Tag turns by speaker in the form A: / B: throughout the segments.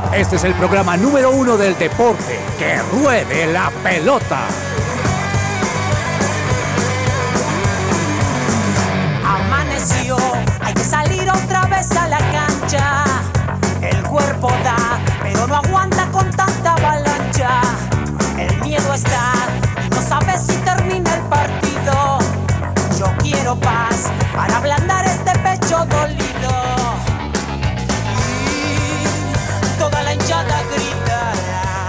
A: Este es el programa número 1 del deporte. ¡Que ruede la pelota!
B: Amaneció, hay que salir otra vez a la cancha. El cuerpo da, pero no aguanta con tanta avalancha. El miedo está y no sabes si termina el partido. Yo quiero paz para ablandar este pecho dolido. Y toda la hinchada gritará.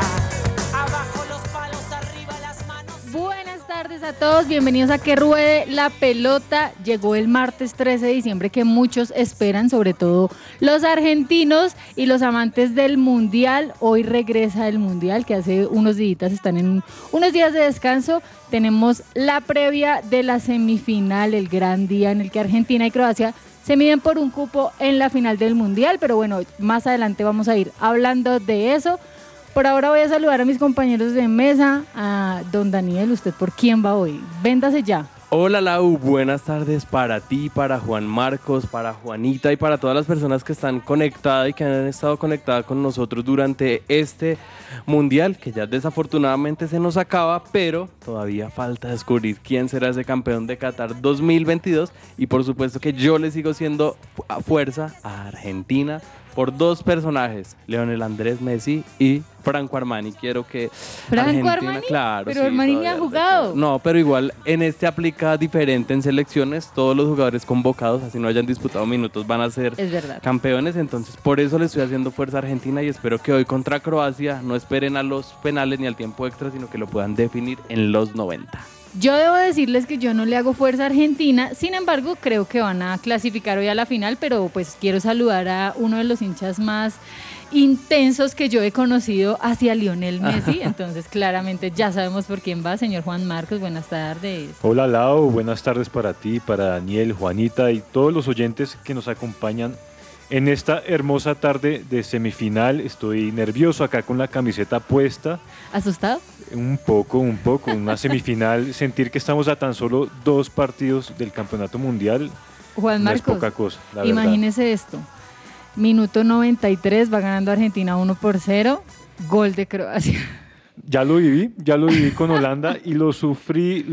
B: Abajo los palos, arriba las manos.
C: Buenas tardes a todos, bienvenidos a Que Ruede la Pelota. Llegó el martes 13 de diciembre que muchos esperan, sobre todo los argentinos y los amantes del Mundial. Hoy regresa el Mundial, que hace unos días están en unos días de descanso. Tenemos la previa de la semifinal, el gran día en el que Argentina y Croacia se miden por un cupo en la final del Mundial, pero bueno, más adelante vamos a ir hablando de eso. Por ahora voy a saludar a mis compañeros de mesa, a don Daniel. ¿Usted por quién va hoy? Véndase ya.
D: Hola Lau, buenas tardes para ti, para Juan Marcos, para Juanita y para todas las personas que están conectadas y que han estado conectadas con nosotros durante este Mundial, que ya desafortunadamente se nos acaba, pero todavía falta descubrir quién será ese campeón de Qatar 2022 y por supuesto que yo le sigo siendo a fuerza a Argentina por dos personajes, Lionel Andrés Messi y Franco Armani. Quiero que
C: ¿Franco
D: Argentina,
C: Armani?
D: claro,
C: Pero
D: sí,
C: Armani ni ha jugado.
D: No, pero igual en este aplica diferente en selecciones. Todos los jugadores convocados, así no hayan disputado minutos, van a ser campeones. Entonces por eso le estoy haciendo fuerza a Argentina y espero que hoy contra Croacia no esperen a los penales ni al tiempo extra, sino que lo puedan definir en los 90.
C: Yo debo decirles que yo no le hago fuerza a Argentina, sin embargo creo que van a clasificar hoy a la final, pero pues quiero saludar a uno de los hinchas más intensos que yo he conocido hacia Lionel Messi, entonces claramente ya sabemos por quién va. Señor Juan Marcos, buenas tardes.
E: Hola Lau, buenas tardes para ti, para Daniel, Juanita y todos los oyentes que nos acompañan en esta hermosa tarde de semifinal. Estoy nervioso acá con la camiseta puesta.
C: ¿Asustado?
E: Un poco, una semifinal, sentir que estamos a tan solo 2 partidos del campeonato mundial.
C: Juan Marcos,
E: no es poca cosa, la
C: imagínese
E: verdad.
C: esto, minuto 93, va ganando Argentina 1-0, gol de Croacia.
E: Ya lo viví con Holanda y lo sufrí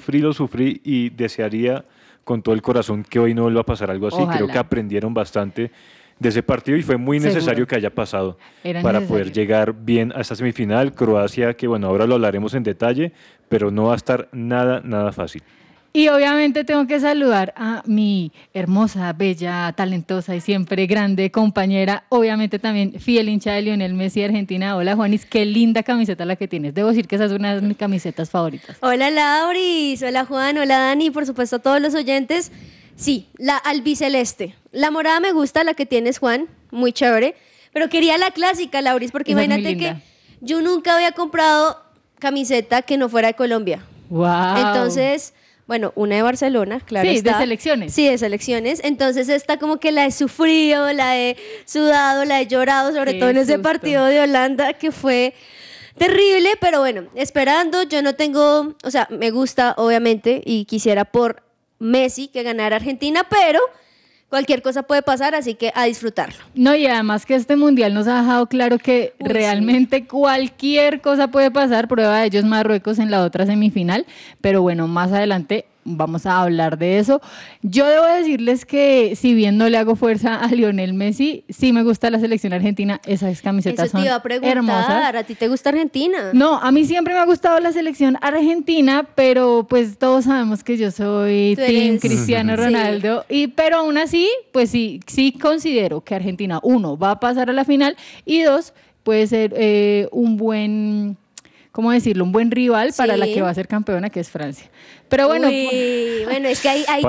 E: y desearía con todo el corazón que hoy no vuelva a pasar algo así.
C: Ojalá.
E: Creo que aprendieron bastante de ese partido y fue muy necesario que haya pasado para poder llegar bien a esta semifinal. Croacia, que bueno, ahora lo hablaremos en detalle, pero no va a estar nada fácil.
C: Y obviamente tengo que saludar a mi hermosa, bella, talentosa y siempre grande compañera, obviamente también fiel hincha de Lionel Messi de Argentina. Hola Juanis, qué linda camiseta la que tienes. Debo decir que esa es una de mis camisetas favoritas.
F: Hola Lauris, hola Juan, hola Dani, y por supuesto a todos los oyentes. Sí, la albiceleste. La morada me gusta, la que tienes Juan, muy chévere, pero quería la clásica, Lauris, porque
C: Esa
F: imagínate que yo nunca había comprado camiseta que no fuera de Colombia.
C: Wow.
F: Entonces, bueno, una de Barcelona, claro
C: sí,
F: está.
C: de selecciones.
F: Sí, de selecciones. Entonces esta como que la he sufrido, la he sudado, la he llorado, sobre todo en ese partido de Holanda que fue terrible, pero bueno, esperando, yo no tengo, o sea, me gusta obviamente y quisiera por Messi que ganara Argentina, pero cualquier cosa puede pasar, así que a disfrutarlo.
C: No, y además que este mundial nos ha dejado claro que realmente cualquier cosa puede pasar. Prueba de ello es Marruecos en la otra semifinal, pero bueno, más adelante vamos a hablar de eso. Yo debo decirles que si bien no le hago fuerza a Lionel Messi, sí me gusta la selección argentina. Esas camisetas
F: Eso te iba a preguntar,
C: hermosas.
F: ¿A ti te gusta Argentina?
C: No, a mí siempre me ha gustado la selección argentina, pero pues todos sabemos que yo soy team Cristiano Ronaldo, pero aún así, pues sí considero que Argentina, 1, va a pasar a la final y 2, puede ser un buen, ¿cómo decirlo? Un buen rival para la que va a ser campeona, que es Francia. Pero bueno.
F: Bueno, es que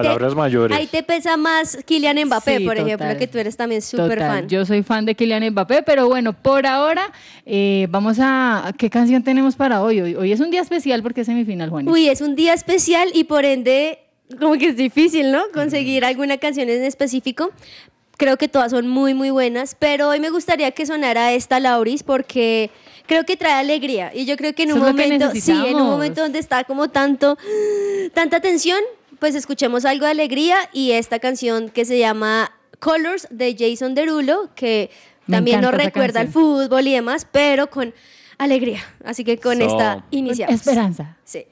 F: ahí te pesa más Kylian Mbappé, sí, por ejemplo, que tú eres también súper fan.
C: Yo soy fan de Kylian Mbappé, pero bueno, por ahora vamos a... ¿Qué canción tenemos para hoy? Hoy es un día especial porque es semifinal, Juanita.
F: Es un día especial y por ende, como que es difícil, ¿no? Conseguir alguna canción en específico. Creo que todas son muy, muy buenas, pero hoy me gustaría que sonara esta, Lauris, porque creo que trae alegría. Y yo creo que en un momento donde está como tanta tensión, pues escuchemos algo de alegría y esta canción que se llama Colors de Jason Derulo, que también nos recuerda al fútbol y demás, pero con alegría. Así que con esta iniciamos.
C: Esperanza.
F: Sí.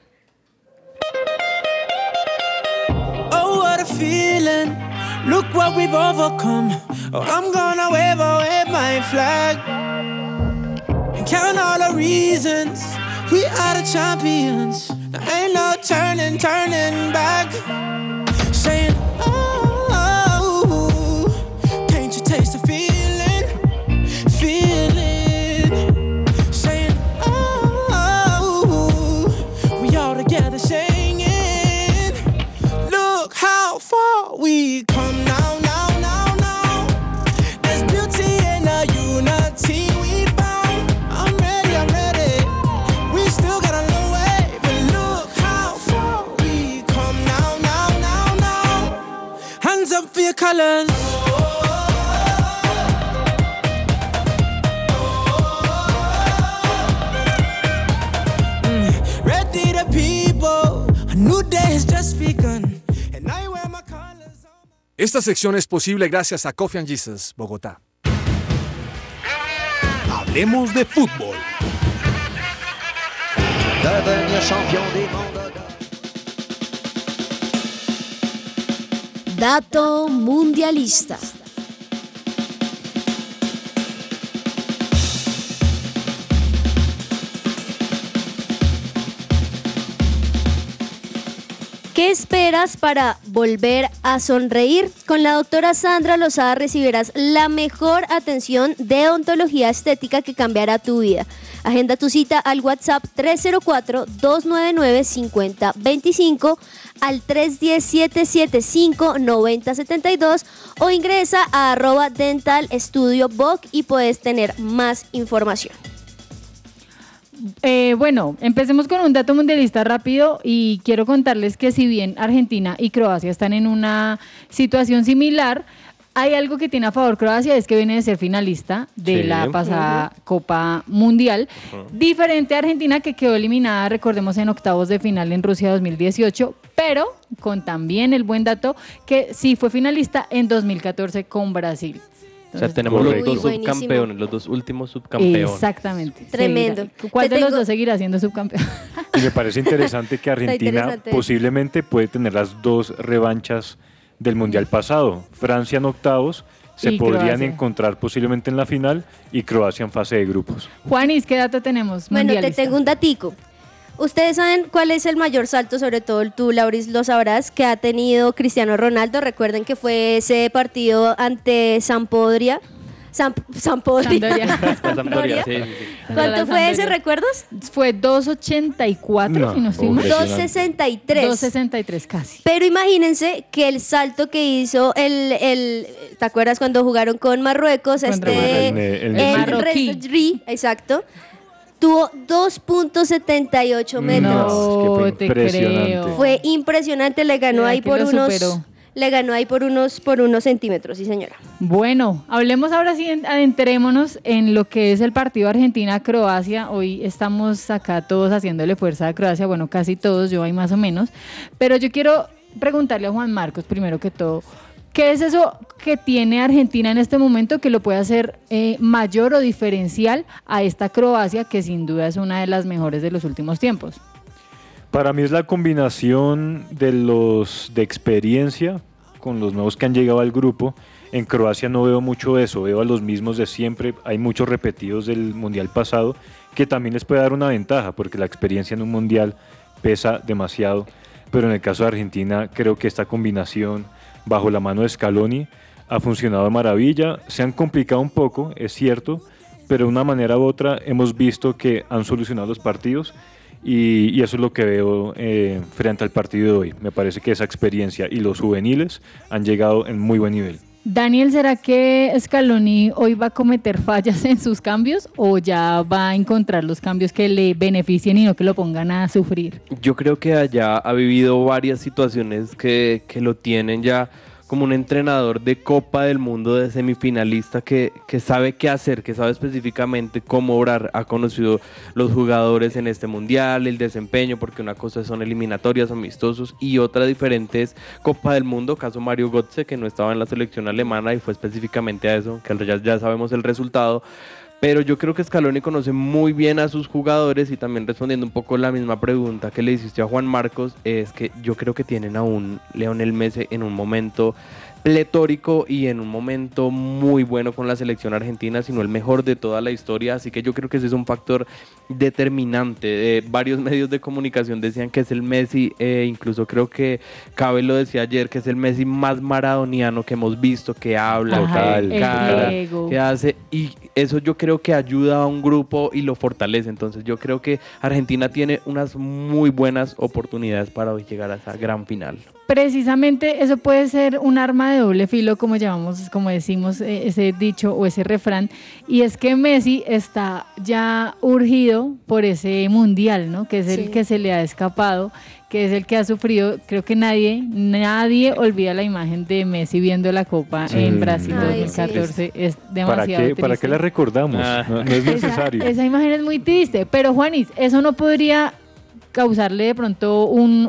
B: Oh, what a feeling. Look what we've overcome. Oh, I'm gonna wave my flag and count all the reasons we are the champions. There ain't no turning back. Saying, oh, can't you taste the feeling? Saying, oh, we all together singing. Look how far we come now. There's beauty in the unity we found. I'm ready. We still got a long way, but look how far we come now. Hands up for your colors. Ready the people, a new day has just begun. And I wear my colors on my...
A: Esta sección es posible gracias a Coffee and Jesus, Bogotá. Hablemos de fútbol.
G: Devenir champion des mondes.
F: Dato mundialista. ¿Qué esperas para volver a sonreír? Con la doctora Sandra Lozada recibirás la mejor atención de odontología estética que cambiará tu vida. Agenda tu cita al WhatsApp 304-299-5025, al 310-775-9072 o ingresa a @dentalestudioboc y puedes tener más información.
C: Bueno, empecemos con un dato mundialista rápido y quiero contarles que si bien Argentina y Croacia están en una situación similar, hay algo que tiene a favor Croacia, es que viene de ser finalista de la pasada Copa Mundial, diferente a Argentina que quedó eliminada, recordemos, en octavos de final en Rusia 2018, pero con también el buen dato que sí fue finalista en 2014 con Brasil.
D: Entonces, tenemos los dos subcampeones, los dos últimos subcampeones.
C: Exactamente.
F: Tremendo.
C: ¿Cuál de los dos seguirá siendo subcampeón?
E: Y me parece interesante que Argentina posiblemente puede tener las dos revanchas del Mundial pasado. Francia en octavos, se podrían Croacia encontrar posiblemente en la final, y Croacia en fase de grupos.
C: Juanis, ¿qué dato tenemos?
F: Bueno, te tengo un datico. ¿Ustedes saben cuál es el mayor salto, sobre todo tú, Lauris, lo sabrás, que ha tenido Cristiano Ronaldo? Recuerden que fue ese partido ante Sampdoria.
C: Sampdoria.
D: Sí.
F: ¿Cuánto fue ese, recuerdas?
C: Fue 2.84, si no estoy mal.
F: 2.63.
C: 2.63 casi.
F: Pero imagínense que el salto que hizo ¿te acuerdas cuando jugaron con Marruecos?
E: El
F: Marroquí. Exacto. Tuvo 2.78 metros.
C: No,
E: es que fue impresionante.
F: Fue impresionante, le ganó ahí por unos centímetros, sí señora.
C: Bueno, hablemos ahora sí, adentrémonos en lo que es el partido Argentina-Croacia. Hoy estamos acá todos haciéndole fuerza a Croacia, bueno, casi todos, yo ahí más o menos. Pero yo quiero preguntarle a Juan Marcos, primero que todo, ¿qué es eso que tiene Argentina en este momento que lo puede hacer mayor o diferencial a esta Croacia, que sin duda es una de las mejores de los últimos tiempos?
E: Para mí es la combinación de experiencia con los nuevos que han llegado al grupo. En Croacia no veo mucho eso, veo a los mismos de siempre. Hay muchos repetidos del Mundial pasado que también les puede dar una ventaja, porque la experiencia en un Mundial pesa demasiado. Pero en el caso de Argentina, creo que esta combinación bajo la mano de Scaloni ha funcionado de maravilla. Se han complicado un poco, es cierto, pero de una manera u otra hemos visto que han solucionado los partidos. Y eso es lo que veo frente al partido de hoy. Me parece que esa experiencia y los juveniles han llegado en muy buen nivel.
C: Daniel, ¿será que Scaloni hoy va a cometer fallas en sus cambios o ya va a encontrar los cambios que le beneficien y no que lo pongan a sufrir?
D: Yo creo que allá ha vivido varias situaciones que lo tienen ya como un entrenador de Copa del Mundo, de semifinalista, que sabe qué hacer, que sabe específicamente cómo obrar. Ha conocido los jugadores en este mundial, el desempeño, porque una cosa son eliminatorias, amistosos, y otra diferente es Copa del Mundo, caso Mario Götze, que no estaba en la selección alemana y fue específicamente a eso, que ya sabemos el resultado. Pero yo creo que Scaloni conoce muy bien a sus jugadores, y también respondiendo un poco la misma pregunta que le hiciste a Juan Marcos, es que yo creo que tienen a un Lionel Messi en un momento pletórico y en un momento muy bueno con la selección argentina, sino el mejor de toda la historia, así que yo creo que ese es un factor determinante. Varios medios de comunicación decían que es el Messi, incluso creo que Cabe lo decía ayer, que es el Messi más maradoniano que hemos visto, que habla, que hace, y eso yo creo que ayuda a un grupo y lo fortalece. Entonces yo creo que Argentina tiene unas muy buenas oportunidades para hoy llegar a esa gran final.
C: Precisamente eso puede ser un arma de doble filo, como llamamos, como decimos ese dicho o ese refrán, y es que Messi está ya urgido por ese mundial, ¿no? Que es el que se le ha escapado, que es el que ha sufrido. Creo que nadie olvida la imagen de Messi viendo la Copa en Brasil 2014. Es demasiado triste.
E: ¿Para qué la recordamos? No es necesario.
C: Esa imagen es muy triste, pero Juanis, eso no podría causarle de pronto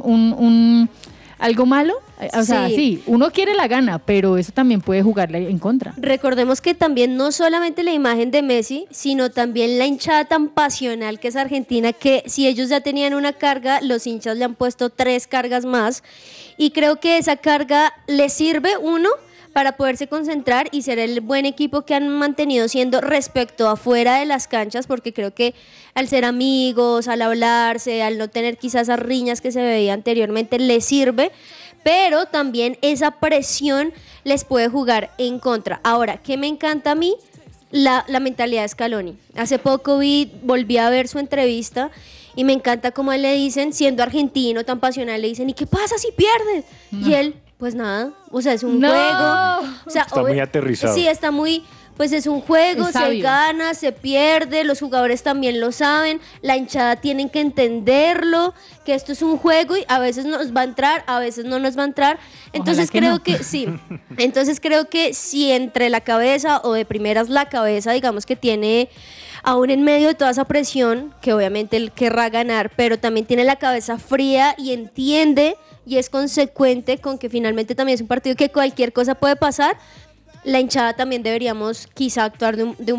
C: algo malo. O sea, sí, uno quiere la gana, pero eso también puede jugarle en contra.
F: Recordemos que también no solamente la imagen de Messi, sino también la hinchada tan pasional que es Argentina, que si ellos ya tenían una carga, los hinchas le han puesto 3 cargas más, y creo que esa carga les sirve, uno, para poderse concentrar y ser el buen equipo que han mantenido siendo respecto a fuera de las canchas, porque creo que al ser amigos, al hablarse, al no tener quizás esas riñas que se veía anteriormente, les sirve, pero también esa presión les puede jugar en contra. Ahora, ¿qué me encanta a mí? La mentalidad de Scaloni. Hace poco volví a ver su entrevista y me encanta cómo le dicen, siendo argentino tan pasional, le dicen, ¿y qué pasa si pierdes? No. Y él, pues nada, o sea, es un juego. O sea,
E: está muy aterrizado.
F: Sí, está muy... Pues es un juego, se gana, se pierde, los jugadores también lo saben, la hinchada tienen que entenderlo, que esto es un juego y a veces nos va a entrar, a veces no nos va a entrar. Entonces Entonces creo que si entre la cabeza, o de primeras la cabeza, digamos que tiene, aún en medio de toda esa presión, que obviamente él querrá ganar, pero también tiene la cabeza fría y entiende y es consecuente con que finalmente también es un partido que cualquier cosa puede pasar. La hinchada también deberíamos quizá actuar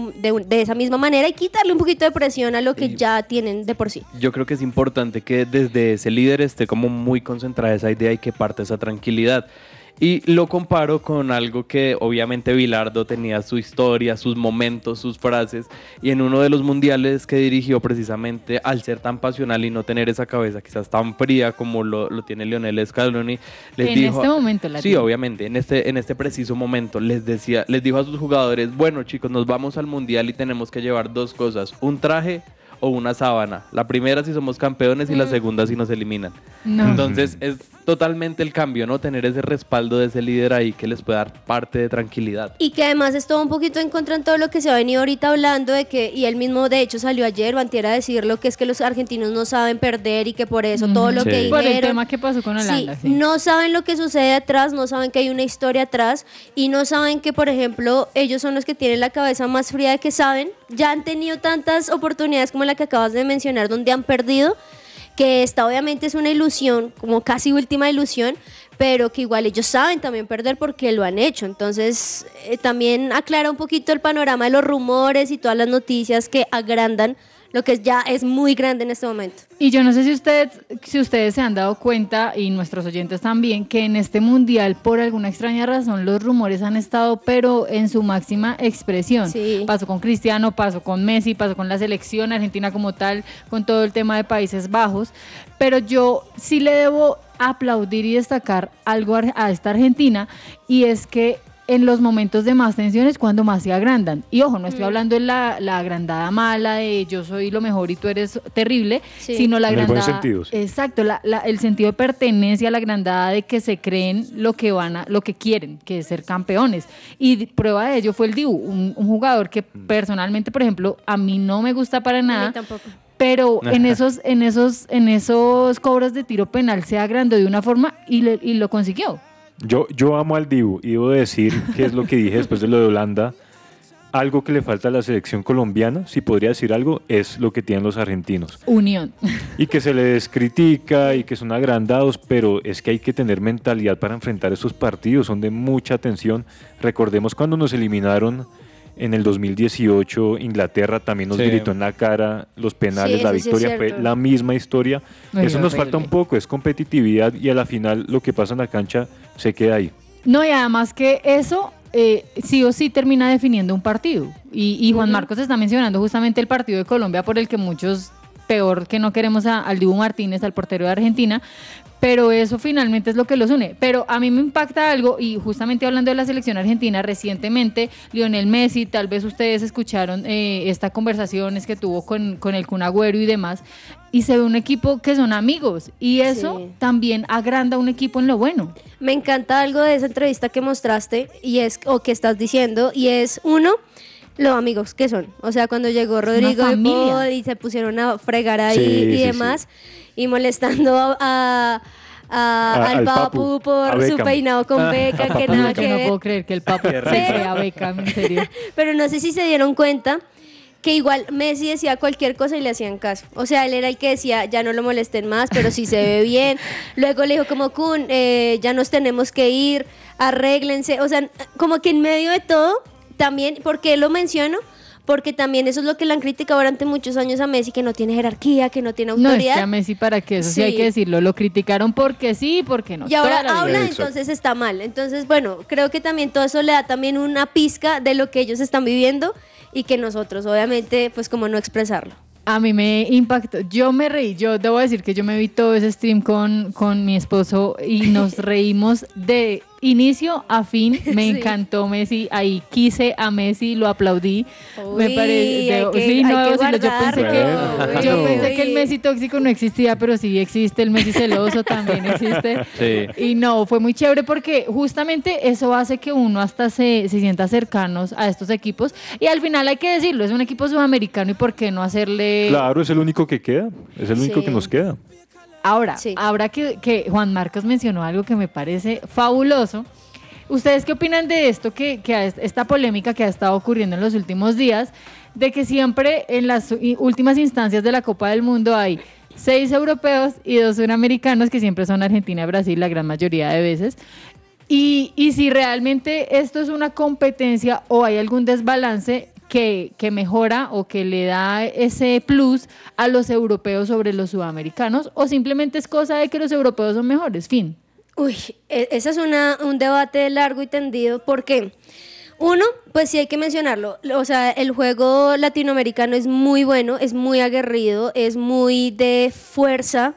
F: de esa misma manera y quitarle un poquito de presión a lo que ya tienen de por sí.
D: Yo creo que es importante que desde ese líder esté como muy concentrada esa idea y que parte esa tranquilidad. Y lo comparo con algo que obviamente Bilardo tenía su historia, sus momentos, sus frases, y en uno de los mundiales que dirigió, precisamente al ser tan pasional y no tener esa cabeza quizás tan fría como lo tiene Lionel Scaloni, les dijo,
C: este momento la
D: sí, obviamente, en este preciso momento les dijo a sus jugadores, bueno chicos, nos vamos al mundial y tenemos que llevar 2 cosas, un traje o una sábana. La primera si somos campeones y la segunda si nos eliminan. No. Entonces es totalmente el cambio, ¿no? Tener ese respaldo de ese líder ahí que les puede dar parte de tranquilidad.
F: Y que además es todo un poquito en contra en todo lo que se ha venido ahorita hablando de que, y él mismo de hecho salió ayer o antier a decirlo, que es que los argentinos no saben perder y que por eso todo lo que dijeron...
C: Por el tema que pasó con Holanda.
F: Sí, no saben lo que sucede atrás, no saben que hay una historia atrás y no saben que, por ejemplo, ellos son los que tienen la cabeza más fría de que saben, ya han tenido tantas oportunidades como la que acabas de mencionar donde han perdido, que esta obviamente es una ilusión, como casi última ilusión, pero que igual ellos saben también perder porque lo han hecho. Entonces también aclara un poquito el panorama de los rumores y todas las noticias que agrandan lo que ya es muy grande en este momento.
C: Y yo no sé si ustedes se han dado cuenta, y nuestros oyentes también, que en este mundial, por alguna extraña razón, los rumores han estado, pero en su máxima expresión.
F: Sí.
C: Pasó con Cristiano, pasó con Messi, pasó con la selección argentina como tal, con todo el tema de Países Bajos, pero yo sí le debo aplaudir y destacar algo a esta Argentina, y es que en los momentos de más tensión es cuando más se agrandan. Y ojo, no estoy hablando de la agrandada mala de yo soy lo mejor y tú eres terrible, sino la agrandada...
E: En el buen sentido. Sí.
C: Exacto, el sentido de pertenencia, la agrandada de que se creen lo que quieren, que es ser campeones. Y prueba de ello fue el Dibu, un jugador que personalmente, por ejemplo, a mí no me gusta para nada.
F: A mí tampoco.
C: Pero en esos cobros de tiro penal se agrandó de una forma y lo consiguió.
E: Yo amo al Dibu y debo decir que es lo que dije después de lo de Holanda. Algo que le falta a la selección colombiana, si podría decir algo, es lo que tienen los argentinos.
C: Unión.
E: Y que se les critica y que son agrandados, pero es que hay que tener mentalidad para enfrentar estos partidos, son de mucha tensión. Recordemos cuando nos eliminaron en el 2018, Inglaterra también nos gritó en la cara los penales,
F: Sí,
E: la
F: eso sí
E: victoria
F: es
E: fue
F: cierto.
E: la misma historia.
C: Muy
E: Eso nos
C: horrible.
E: falta un poco, es competitividad y a la final lo que pasa en la cancha se queda ahí.
C: No, y además que eso sí o sí termina definiendo un partido. Y Juan Marcos está mencionando justamente el partido de Colombia por el que muchos, peor que no queremos al Dibu Martínez, al portero de Argentina, pero eso finalmente es lo que los une. Pero a mí me impacta algo, y justamente hablando de la selección argentina, recientemente Lionel Messi, tal vez ustedes escucharon estas conversaciones que tuvo con el Kun Agüero y demás, y se ve un equipo que son amigos, y eso
F: Sí.
C: también agranda un equipo en lo bueno.
F: Me encanta algo de esa entrevista que mostraste y es, o que estás diciendo, y es uno, los amigos que son. O sea, cuando llegó Rodrigo de
C: familia.
F: Paul y se pusieron a fregar ahí
E: Sí,
F: y
E: sí,
F: demás, y molestando al
E: al
F: Papu
E: Papu,
F: por
E: a
F: su
E: Beckham.
F: peinado con Beckham, que
C: No,
F: nada
C: yo
F: que
C: no
F: ver.
C: puedo creer que el Papu se crea Beckham, en serio.
F: Pero no sé si se dieron cuenta que igual Messi decía cualquier cosa y le hacían caso. O sea, él era el que decía, ya no lo molesten más, pero si se ve bien. Luego le dijo como, Kun, ya nos tenemos que ir, arréglense. O sea, como que en medio de todo, también, ¿por qué lo menciono? Porque también eso es lo que le han criticado durante muchos años a Messi, que no tiene jerarquía, que no tiene
C: No, es
F: autoridad.
C: que a Messi para qué, eso sí hay
F: Sí.
C: que decirlo, lo criticaron porque sí, porque no.
F: Y ahora
C: Toda la vida.
F: habla,
E: Exacto.
F: entonces está mal. Entonces, bueno, creo que también todo eso le da también una pizca de lo que ellos están viviendo y que nosotros, obviamente, pues como no expresarlo.
C: A mí me impactó, yo me reí, yo debo decir que yo me vi todo ese stream con mi esposo y nos reímos de inicio a fin, me
F: Sí.
C: encantó Messi, ahí quise a Messi, lo aplaudí, me
F: Uy,
C: parece,
F: hay que-
C: sí,
F: hay
C: no,
F: que
C: debo decirlo,
F: guardarlo.
C: yo
F: Uy.
C: pensé que el Messi tóxico no existía, pero sí existe, el Messi celoso también existe,
D: Sí.
C: y no, fue muy chévere porque justamente eso hace que uno hasta se sienta cercanos a estos equipos, y al final hay que decirlo, es un equipo sudamericano y por qué no hacerle...
E: Claro, es el único que queda, es el único
F: Sí.
E: que nos queda.
C: Ahora,
F: Sí.
C: ahora que Juan Marcos mencionó algo que me parece fabuloso, ¿ustedes qué opinan de esto, esta polémica que ha estado ocurriendo en los últimos días, de que siempre en las últimas instancias de la Copa del Mundo hay 6 europeos y 2 suramericanos, que siempre son Argentina y Brasil la gran mayoría de veces? Y si realmente esto es una competencia o hay algún desbalance que mejora o que le da ese plus a los europeos sobre los sudamericanos, o simplemente es cosa de que los europeos son mejores, fin.
F: Uy, ese es un debate largo y tendido. ¿Por qué? Uno, pues sí hay que mencionarlo. O sea, el juego latinoamericano es muy bueno, es muy aguerrido, es muy de fuerza,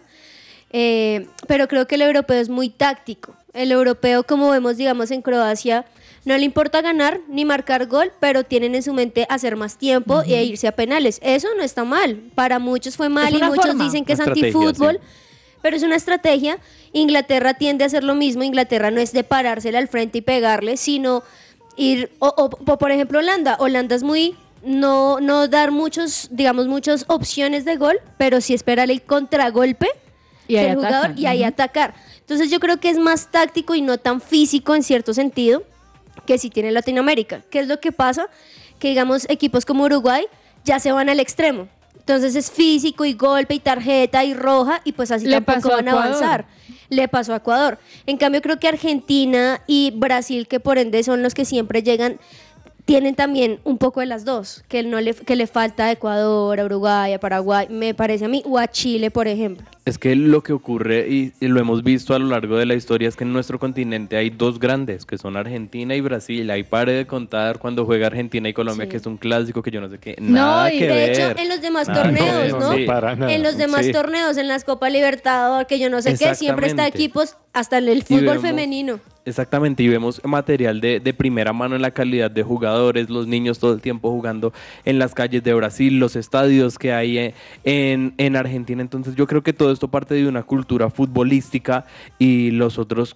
F: pero creo que el europeo es muy táctico. El europeo, como vemos, digamos, en Croacia, no le importa ganar ni marcar gol, pero tienen en su mente hacer más tiempo e irse a penales. Eso no está mal. Para muchos fue mal
C: Es
F: y
C: una
F: muchos
C: forma.
F: dicen que es
D: Una estrategia,
F: antifútbol.
D: sí.
F: Pero es una estrategia. Inglaterra tiende a hacer lo mismo. Inglaterra no es de parársela al frente y pegarle, sino ir, o por ejemplo Holanda. Holanda es muy, no dar muchas opciones de gol, pero sí esperar el contragolpe
C: Y ahí
F: del jugador
C: atacan.
F: y ahí atacar. Entonces yo creo que es más táctico y no tan físico en cierto sentido que sí tiene Latinoamérica. ¿Qué es lo que pasa? Que digamos equipos como Uruguay ya se van al extremo. Entonces es físico y golpe y tarjeta y roja y pues así
C: Le
F: tampoco
C: pasó a
F: van a
C: Ecuador.
F: avanzar. Le pasó a Ecuador. En cambio creo que Argentina y Brasil, que por ende son los que siempre llegan, tienen también un poco de las dos, que le falta a Ecuador, a Uruguay, a Paraguay, me parece a mí, o a Chile, por ejemplo.
D: Es que lo que ocurre, y lo hemos visto a lo largo de la historia, es que en nuestro continente hay 2 grandes, que son Argentina y Brasil. Ahí pare de contar cuando juega Argentina y Colombia,
F: Sí.
D: que es un clásico que yo no sé qué.
C: No,
D: Nada
C: y
D: que
F: De
D: ver.
F: hecho, en los demás
D: Nada que
F: torneos,
D: ver,
F: ¿no?
D: sí.
E: Para nada.
F: En los demás
D: Sí.
F: torneos, en las Copa Libertador, que yo no sé qué, siempre está
D: Exactamente.
F: equipos, hasta en el
D: Y
F: fútbol
D: vemos-
F: femenino.
D: Exactamente, y vemos material de primera mano en la calidad de jugadores, los niños todo el tiempo jugando en las calles de Brasil, los estadios que hay en Argentina. Entonces yo creo que todo esto parte de una cultura futbolística y los otros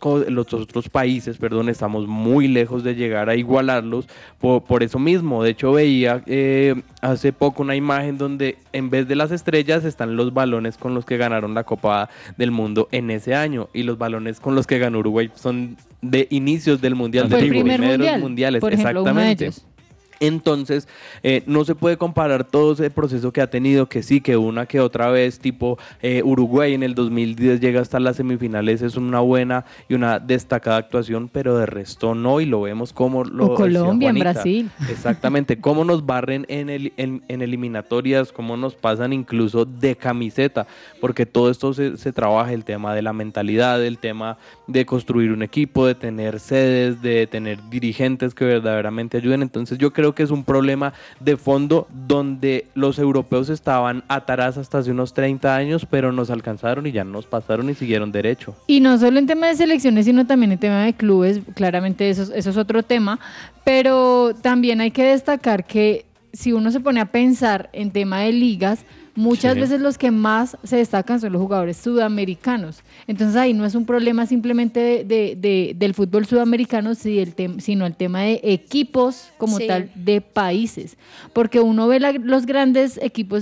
D: países, estamos muy lejos de llegar a igualarlos por eso mismo. De hecho, veía hace poco una imagen donde en vez de las estrellas están los balones con los que ganaron la Copa del Mundo en ese año, y los balones con los que ganó Uruguay son de inicios del Mundial,
C: fue
D: de
C: el primer
D: primeros mundiales,
C: por ejemplo,
D: exactamente.
C: Uno de ellos.
D: Entonces, no se puede comparar todo ese proceso que ha tenido, que sí, que una que otra vez, tipo Uruguay en el 2010 llega hasta las semifinales, es una buena y una destacada actuación, pero de resto no, y lo vemos como lo
C: Colombia en Brasil.
D: Exactamente, cómo nos barren en eliminatorias, cómo nos pasan incluso de camiseta, porque todo esto se trabaja, el tema de la mentalidad, el tema de construir un equipo, de tener sedes, de tener dirigentes que verdaderamente ayuden. Entonces yo creo que es un problema de fondo donde los europeos estaban ataras hasta hace unos 30 años, pero nos alcanzaron y ya nos pasaron y siguieron derecho.
C: Y no solo en tema de selecciones, sino también en tema de clubes, claramente eso es otro tema, pero también hay que destacar que si uno se pone a pensar en tema de ligas, muchas veces los que más se destacan son los jugadores sudamericanos. Entonces ahí no es un problema simplemente del fútbol sudamericano, sino el tema de equipos como tal de países. Porque uno ve los grandes equipos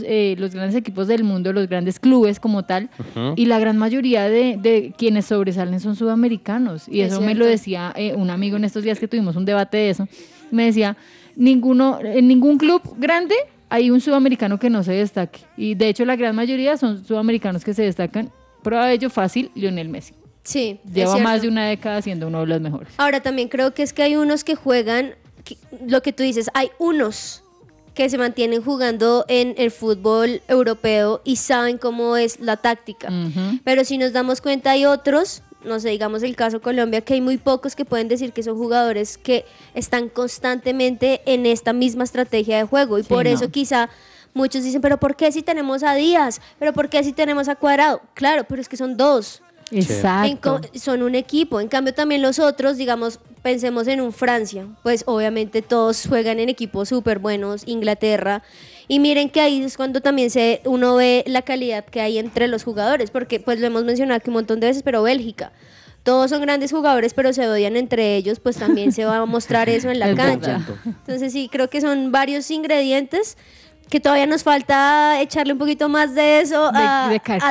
C: del mundo, los grandes clubes como tal, y la gran mayoría de quienes sobresalen son sudamericanos. Y eso me lo decía un amigo en estos días que tuvimos un debate de eso. Me decía, en ningún club grande hay un sudamericano que no se destaque, y de hecho la gran mayoría son sudamericanos que se destacan. Prueba de ello fácil, Lionel Messi.
F: Sí,
C: lleva más de una década siendo uno de los mejores.
F: Ahora también creo que es que hay unos que juegan, lo que tú dices, hay unos que se mantienen jugando en el fútbol europeo y saben cómo es la táctica, pero si nos damos cuenta hay otros, no sé, digamos el caso Colombia, que hay muy pocos que pueden decir que son jugadores que están constantemente en esta misma estrategia de juego, y por eso quizá muchos dicen, pero ¿por qué si tenemos a Díaz? ¿Pero por qué si tenemos a Cuadrado? Claro, pero es que son dos.
C: Exacto.
F: Son un equipo. En cambio también los otros, digamos, pensemos en un Francia, pues obviamente todos juegan en equipos súper buenos, Inglaterra, y miren que ahí es cuando también uno ve la calidad que hay entre los jugadores, porque pues lo hemos mencionado aquí un montón de veces, pero Bélgica, todos son grandes jugadores, pero se odian entre ellos, pues también se va a mostrar eso en la cancha. Entonces sí, creo que son varios ingredientes que todavía nos falta echarle un poquito más de eso a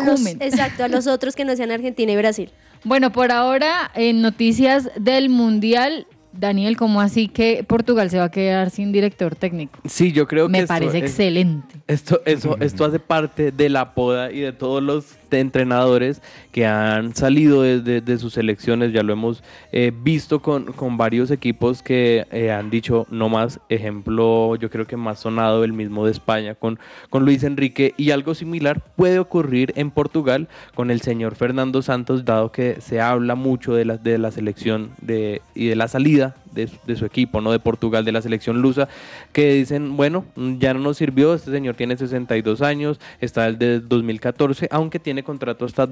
F: los otros que no sean Argentina y Brasil.
C: Bueno, por ahora, en noticias del Mundial, Daniel, ¿cómo así que Portugal se va a quedar sin director técnico?
D: Sí, yo creo que
C: me parece excelente.
D: Esto hace parte de la poda y de todos los entrenadores que han salido de sus selecciones. Ya lo hemos visto con varios equipos que han dicho no más. Ejemplo, yo creo que más sonado el mismo de España con Luis Enrique, y algo similar puede ocurrir en Portugal con el señor Fernando Santos, dado que se habla mucho de la selección y de la salida de su equipo, ¿no? De Portugal, de la selección lusa, que dicen, bueno, ya no nos sirvió, este señor tiene 62 años, está desde 2014, aunque tiene contrato hasta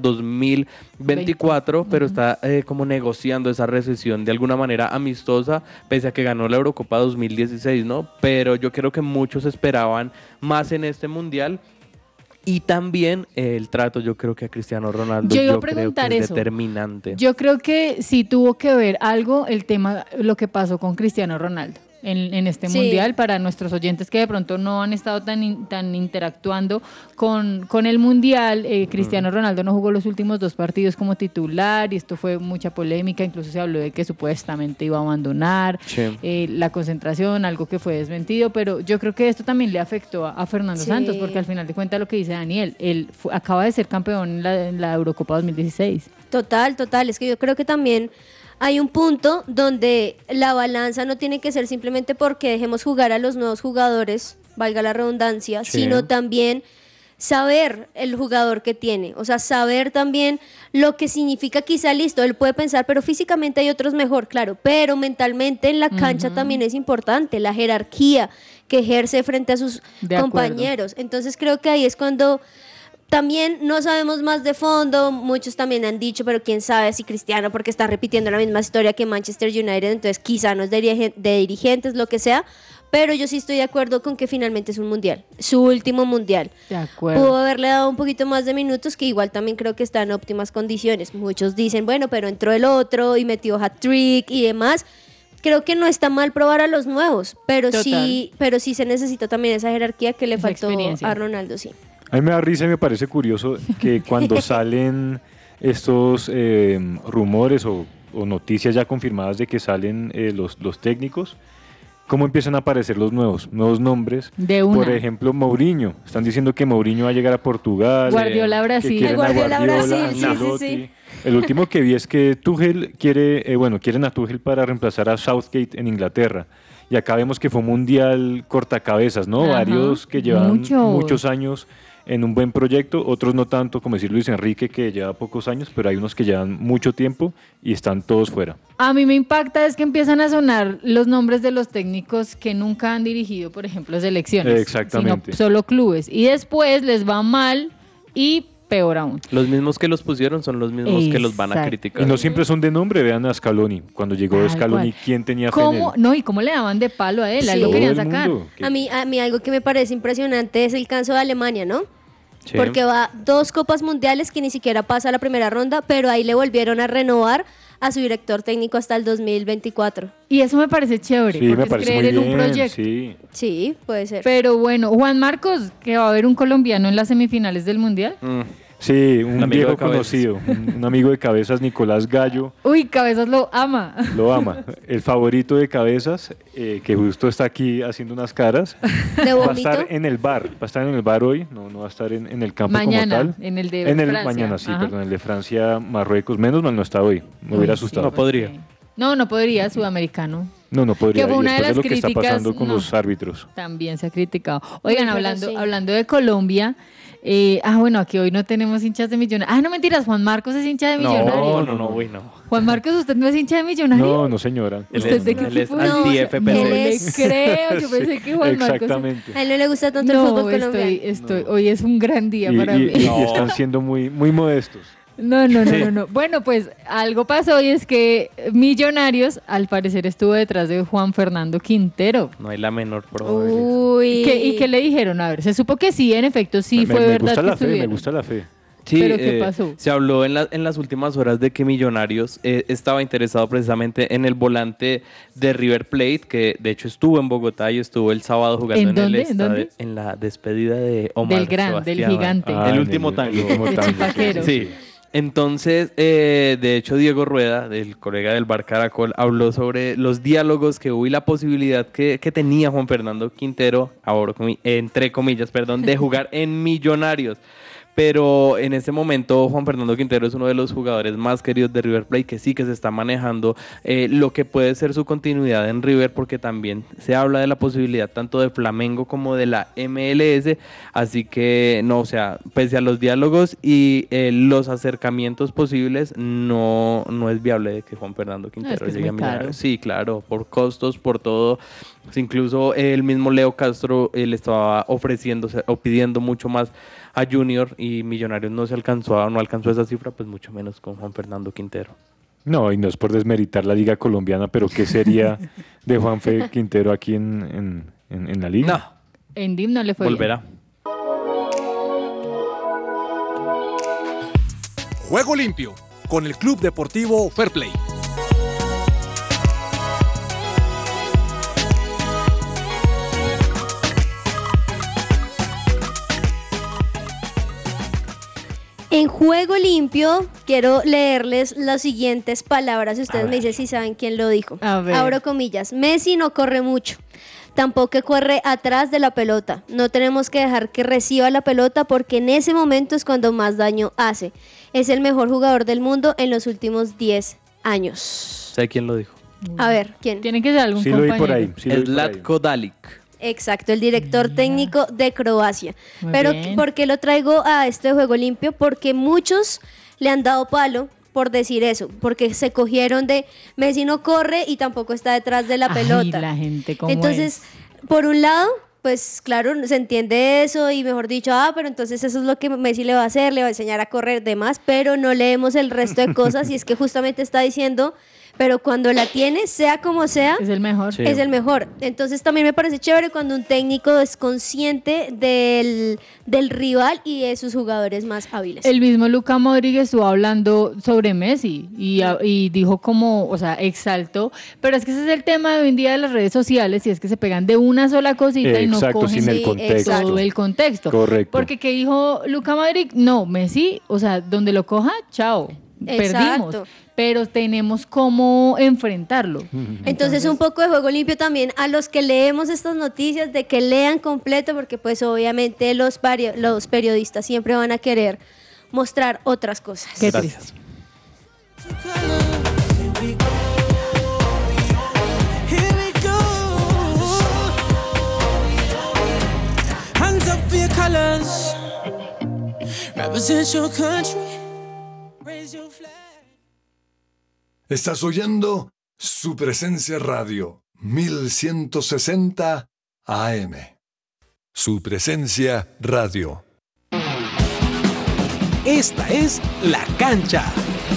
D: 2024, pero está como negociando esa recesión de alguna manera amistosa, pese a que ganó la Eurocopa 2016, ¿no? Pero yo creo que muchos esperaban más en este Mundial. Y también el trato, yo creo que a Cristiano Ronaldo yo creo que es determinante.
C: Yo creo que sí tuvo que ver algo el tema, lo que pasó con Cristiano Ronaldo en este Mundial, para nuestros oyentes que de pronto no han estado tan interactuando con el Mundial. Cristiano Ronaldo no jugó los últimos 2 partidos como titular, y esto fue mucha polémica, incluso se habló de que supuestamente iba a abandonar la concentración, algo que fue desmentido, pero yo creo que esto también le afectó a Fernando Santos, porque al final de cuentas lo que dice Daniel, él acaba de ser campeón en la Eurocopa 2016.
F: Total, es que yo creo que también hay un punto donde la balanza no tiene que ser simplemente porque dejemos jugar a los nuevos jugadores, valga la redundancia, sino también saber el jugador que tiene, o sea, saber también lo que significa. Quizá listo, él puede pensar, pero físicamente hay otros mejor, claro, pero mentalmente en la cancha también es importante, la jerarquía que ejerce frente a sus compañeros. Entonces creo que ahí es cuando También no sabemos más de fondo, muchos también han dicho, pero quién sabe si Cristiano, porque está repitiendo la misma historia que Manchester United, entonces quizá no es de dirigentes, lo que sea, pero yo sí estoy de acuerdo con que finalmente es un mundial, su último mundial.
C: De acuerdo.
F: Pudo haberle dado un poquito más de minutos, que igual también creo que está en óptimas condiciones. Muchos dicen, bueno, pero entró el otro y metió hat-trick y demás. Creo que no está mal probar a los nuevos, pero sí se necesita también esa jerarquía que le faltó a Ronaldo, sí.
E: A mí me da risa y me parece curioso que cuando salen estos rumores o noticias ya confirmadas de que salen los técnicos, ¿cómo empiezan a aparecer los nuevos nombres?
C: De una.
E: Por ejemplo, Mourinho. Están diciendo que Mourinho va a llegar a Portugal.
C: Guardiola Brasil.
E: Que quieren
F: Guardiola
E: a Guardiola,
F: Brasil,
E: Ancelotti.
F: sí.
E: El último que vi es que Tuchel quieren a Tuchel para reemplazar a Southgate en Inglaterra. Y acá vemos que fue un mundial cortacabezas, ¿no?
C: Ajá.
E: Varios que llevan
C: Muchos.
E: muchos años en un buen proyecto, otros no tanto, como decir Luis Enrique, que lleva pocos años, pero hay unos que llevan mucho tiempo y están todos fuera.
C: A mí me impacta es que empiezan a sonar los nombres de los técnicos que nunca han dirigido, por ejemplo, selecciones.
E: Exactamente.
C: Sino solo clubes. Y después les va mal y peor aún.
D: Los mismos que los pusieron son los mismos que los van a
C: Exacto.
D: criticar.
E: Y no siempre son de nombre, vean a Scaloni. Cuando llegó
C: Tal
E: Scaloni,
C: cual.
E: ¿quién tenía fe en él?
C: ¿Cómo? No, y cómo le daban de palo a él, a él lo
F: Sí.
C: querían
E: Todo el
C: sacar.
E: mundo.
F: A mí algo que me parece impresionante es el caso de Alemania, ¿no?
D: Sí.
F: Porque va 2 copas mundiales que ni siquiera pasa a la primera ronda, pero ahí le volvieron a renovar a su director técnico hasta el 2024.
C: Y eso me parece chévere,
E: Sí,
C: porque
E: me parece
C: es
E: muy
C: creer en
E: bien.
C: un proyecto.
E: Sí.
F: Sí, puede ser.
C: Pero bueno, Juan Marcos, que va a haber un colombiano en las semifinales del Mundial.
E: Sí, un
D: amigo
E: viejo
D: de Cabezas.
E: conocido, un amigo de Cabezas, Nicolás Gallo,
C: Uy, Cabezas lo ama.
E: lo ama. El favorito de Cabezas, que justo está aquí haciendo unas caras,
F: ¿De
E: va a
F: vómito?
E: estar en el bar, hoy, no va a estar en el campo
C: Mañana,
E: como tal.
C: en el de Francia.
E: Mañana, sí,
C: Ajá.
E: perdón, el de Francia, Marruecos, menos mal no está hoy, me hubiera
C: Uy, sí.
E: asustado.
D: No podría.
C: No podría, sudamericano.
E: No podría,
C: Que fue
E: y
C: una de
E: después de
C: las
E: lo que está
C: críticas,
E: pasando con
C: no.
E: los árbitros.
C: También se ha criticado. Oigan,
F: Pero
C: hablando,
F: sí.
C: hablando de Colombia, bueno, aquí hoy no tenemos hinchas de Millonarios. No mentiras, Juan Marcos es hincha de Millonarios.
D: No.
C: Juan Marcos, ¿usted no es hincha de Millonarios?
E: No, señora.
C: ¿Usted de qué
D: Él es
C: equipo?
D: anti-FPC.
C: No
F: Él
C: le
F: es-
C: creo, yo pensé que Juan Marcos...
E: Exactamente.
F: A él no le gusta tanto el
C: No,
F: fútbol colombiano.
C: hoy es un gran día para mí.
E: Y están siendo muy modestos.
C: No. Bueno, pues algo pasó y es que Millonarios al parecer estuvo detrás de Juan Fernando Quintero.
D: No hay la menor probabilidad.
F: Uy.
C: ¿Y qué le dijeron? A ver, se supo que sí, en efecto, sí
E: me,
C: fue
E: me
C: verdad
E: gusta
C: que
E: la fe, me
C: estuvieron.
E: gusta la fe.
D: Sí,
C: ¿Pero qué pasó?
D: Se habló en las últimas horas de que Millonarios estaba interesado precisamente en el volante de River Plate, que de hecho estuvo en Bogotá y estuvo el sábado jugando
C: ¿En
D: el
C: dónde? ¿En
D: estadio,
C: dónde?
D: en la despedida de Omar
C: Del gran,
D: Sebastián.
C: del gigante.
D: El último tango.
E: El último
C: De
E: tango.
C: Chipaquero.
D: Sí. Entonces, de hecho, Diego Rueda, del colega del Bar Caracol, habló sobre los diálogos que hubo y la posibilidad que tenía Juan Fernando Quintero, ahora entre comillas, de jugar en Millonarios. Pero en este momento Juan Fernando Quintero es uno de los jugadores más queridos de River Plate, que sí que se está manejando lo que puede ser su continuidad en River, porque también se habla de la posibilidad tanto de Flamengo como de la MLS, así que no, o sea, pese a los diálogos y los acercamientos posibles, no es viable de que Juan Fernando Quintero
C: es que es
D: llegue a
C: muy caro.
D: Millonarios. Sí, claro, por costos, por todo. Incluso el mismo Leo Castro le estaba ofreciendo o pidiendo mucho más a Junior y Millonarios no alcanzó esa cifra, pues mucho menos con Juan Fernando Quintero.
E: No, y no es por desmeritar la liga colombiana, pero ¿qué sería de Juanfe Quintero aquí en la liga?
D: No,
C: En DIM no le fue bien.
D: volverá.
A: Juego limpio con el Club Deportivo Fair Play.
F: En Juego Limpio, quiero leerles las siguientes palabras. Ustedes
D: A
F: me
D: ver.
F: dicen si saben quién lo dijo.
C: A ver.
F: Abro comillas. Messi no corre mucho. Tampoco corre atrás de la pelota. No tenemos que dejar que reciba la pelota porque en ese momento es cuando más daño hace. Es el mejor jugador del mundo en los últimos 10 años.
D: ¿Sabe quién lo dijo?
F: A ver, ¿quién?
C: Tiene que ser algún
E: Sí lo vi
C: compañero.
E: por ahí. Sí lo vi por ahí.
D: Zlatko Dalic.
F: Exacto, el director técnico de Croacia.
C: Muy
F: Pero
C: bien.
F: ¿por qué lo traigo a este Juego Limpio? Porque muchos le han dado palo por decir eso, porque se cogieron de Messi no corre y tampoco está detrás de la
C: Ay,
F: pelota.
C: la gente, ¿cómo
F: Entonces, por un lado, pues claro, se entiende eso y mejor dicho, pero entonces eso es lo que Messi le va a hacer, le va a enseñar a correr demás, pero no leemos el resto de cosas y es que justamente está diciendo, pero cuando la tiene, sea como sea,
C: es el mejor.
F: Sí. Es el mejor. Entonces también me parece chévere cuando un técnico es consciente del rival y de sus jugadores más hábiles.
C: El mismo Luka Modric estuvo hablando sobre Messi y dijo como, o sea, exaltó, pero es que ese es el tema de hoy en día de las redes sociales y es que se pegan de una sola cosita y no cogen
E: sin el contexto.
C: Todo el contexto.
E: Correcto.
C: Porque ¿qué dijo Luka Modric? No, Messi, o sea, donde lo coja, chao. Perdimos, pero tenemos cómo enfrentarlo.
F: Entonces un poco de juego limpio también a los que leemos estas noticias, de que lean completo, porque pues obviamente los periodistas siempre van a querer mostrar otras cosas.
C: Qué triste.
H: Estás oyendo Su Presencia Radio 1160 AM. Su Presencia Radio.
A: Esta es La Cancha.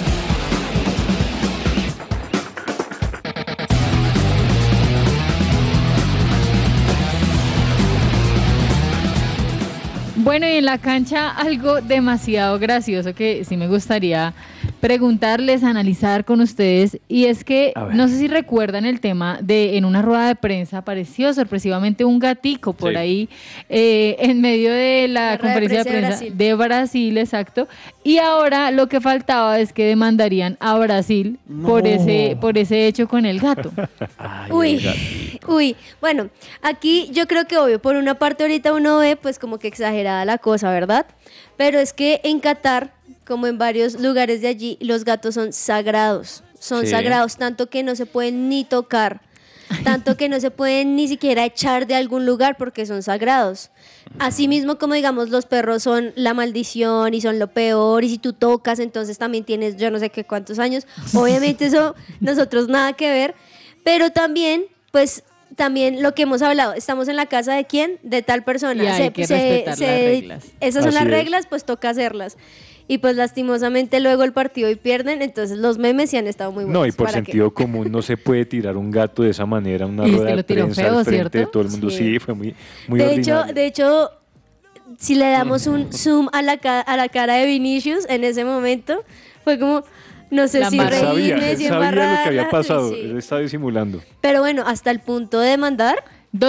C: Bueno, y en la cancha algo demasiado gracioso que sí me gustaría preguntarles, analizar con ustedes, y es que no sé si recuerdan el tema de en una rueda de prensa apareció sorpresivamente un gatico por ahí en medio de la conferencia de prensa de Brasil, exacto, y ahora lo que faltaba es que demandarían a Brasil por ese hecho con el gato.
F: Uy, bueno, aquí yo creo que obvio, por una parte ahorita uno ve pues como que exagerada la cosa, ¿verdad? Pero es que en Qatar, como en varios lugares de allí, los gatos son sagrados, sagrados, tanto que no se pueden ni tocar, tanto que no se pueden ni siquiera echar de algún lugar porque son sagrados. Asimismo, como digamos, los perros son la maldición y son lo peor, y si tú tocas, entonces también tienes yo no sé qué cuántos años. Obviamente eso nosotros nada que ver, pero también, pues, también lo que hemos hablado, estamos en la casa de quién, de tal persona.
C: Y hay que respetar las reglas.
F: Esas son las reglas, pues toca hacerlas. Y pues lastimosamente luego el partido y pierden, entonces los memes sí han estado muy buenos.
E: No, y por sentido común no se puede tirar un gato de esa manera, una rueda de prensa al frente de todo el mundo. Sí, fue muy ordinario.
F: De hecho, si le damos un zoom a la cara de Vinicius en ese momento, fue como... No sé si reírme, si embarrarla.
E: Sabía lo que había pasado, él estaba disimulando.
F: Pero bueno, hasta el punto de demandar.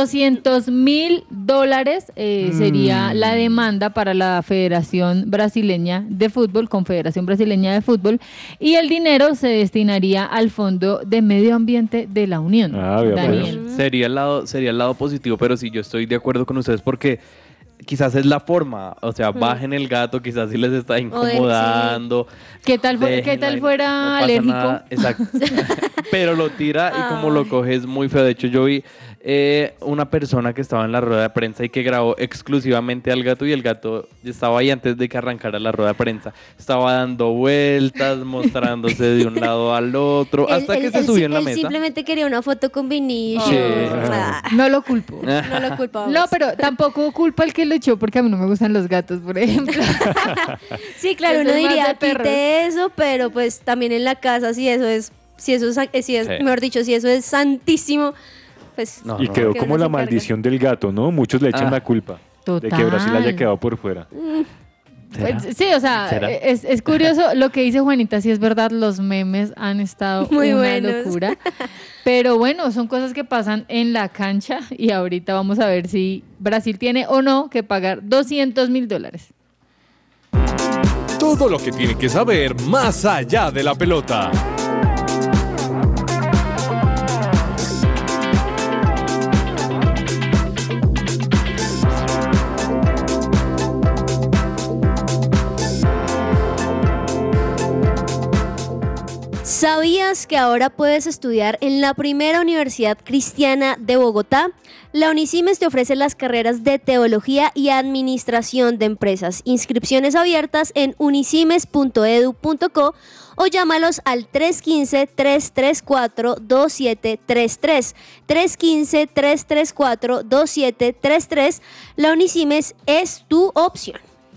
C: $200,000 sería la demanda para la Federación Brasileña de Fútbol, Confederación Brasileña de Fútbol, y el dinero se destinaría al Fondo de Medio Ambiente de la Unión.
D: Daniel. Sería el lado positivo, pero sí, yo estoy de acuerdo con ustedes porque... Quizás es la forma, o sea, bajen el gato, quizás sí les está incomodando.
C: ¿Qué tal fuera alérgico?
D: Nada. Exacto. Pero lo tira y como lo coge es muy feo. De hecho, yo vi una persona que estaba en la rueda de prensa y que grabó exclusivamente al gato, y el gato estaba ahí antes de que arrancara la rueda de prensa. Estaba dando vueltas, mostrándose de un lado al otro, hasta que se subió en la mesa.
F: Simplemente quería una foto con Vinicius.
C: No lo culpo.
F: No lo culpamos.
C: No, pero tampoco culpa el que lo echó, porque a mí no me gustan los gatos, por ejemplo.
F: Sí, claro, uno diría, quite eso, pero pues también en la casa, si eso es mejor dicho, si eso es santísimo, pues...
E: Y quedó como la maldición del gato, ¿no? Muchos le echan la culpa de que Brasil haya quedado por fuera.
C: Pues, sí, o sea, es curioso lo que dice Juanita, si es verdad, los memes han estado
F: muy
C: una
F: buenos.
C: Locura. Pero bueno, son cosas que pasan en la cancha y ahorita vamos a ver si Brasil tiene o no que pagar $200,000.
A: Todo lo que tiene que saber más allá de la pelota.
F: ¿Sabías que ahora puedes estudiar en la primera universidad cristiana de Bogotá? La Unisimes te ofrece las carreras de Teología y Administración de Empresas. Inscripciones abiertas en unisimes.edu.co o llámalos al 315-334-2733. 315-334-2733. La Unisimes es tu opción.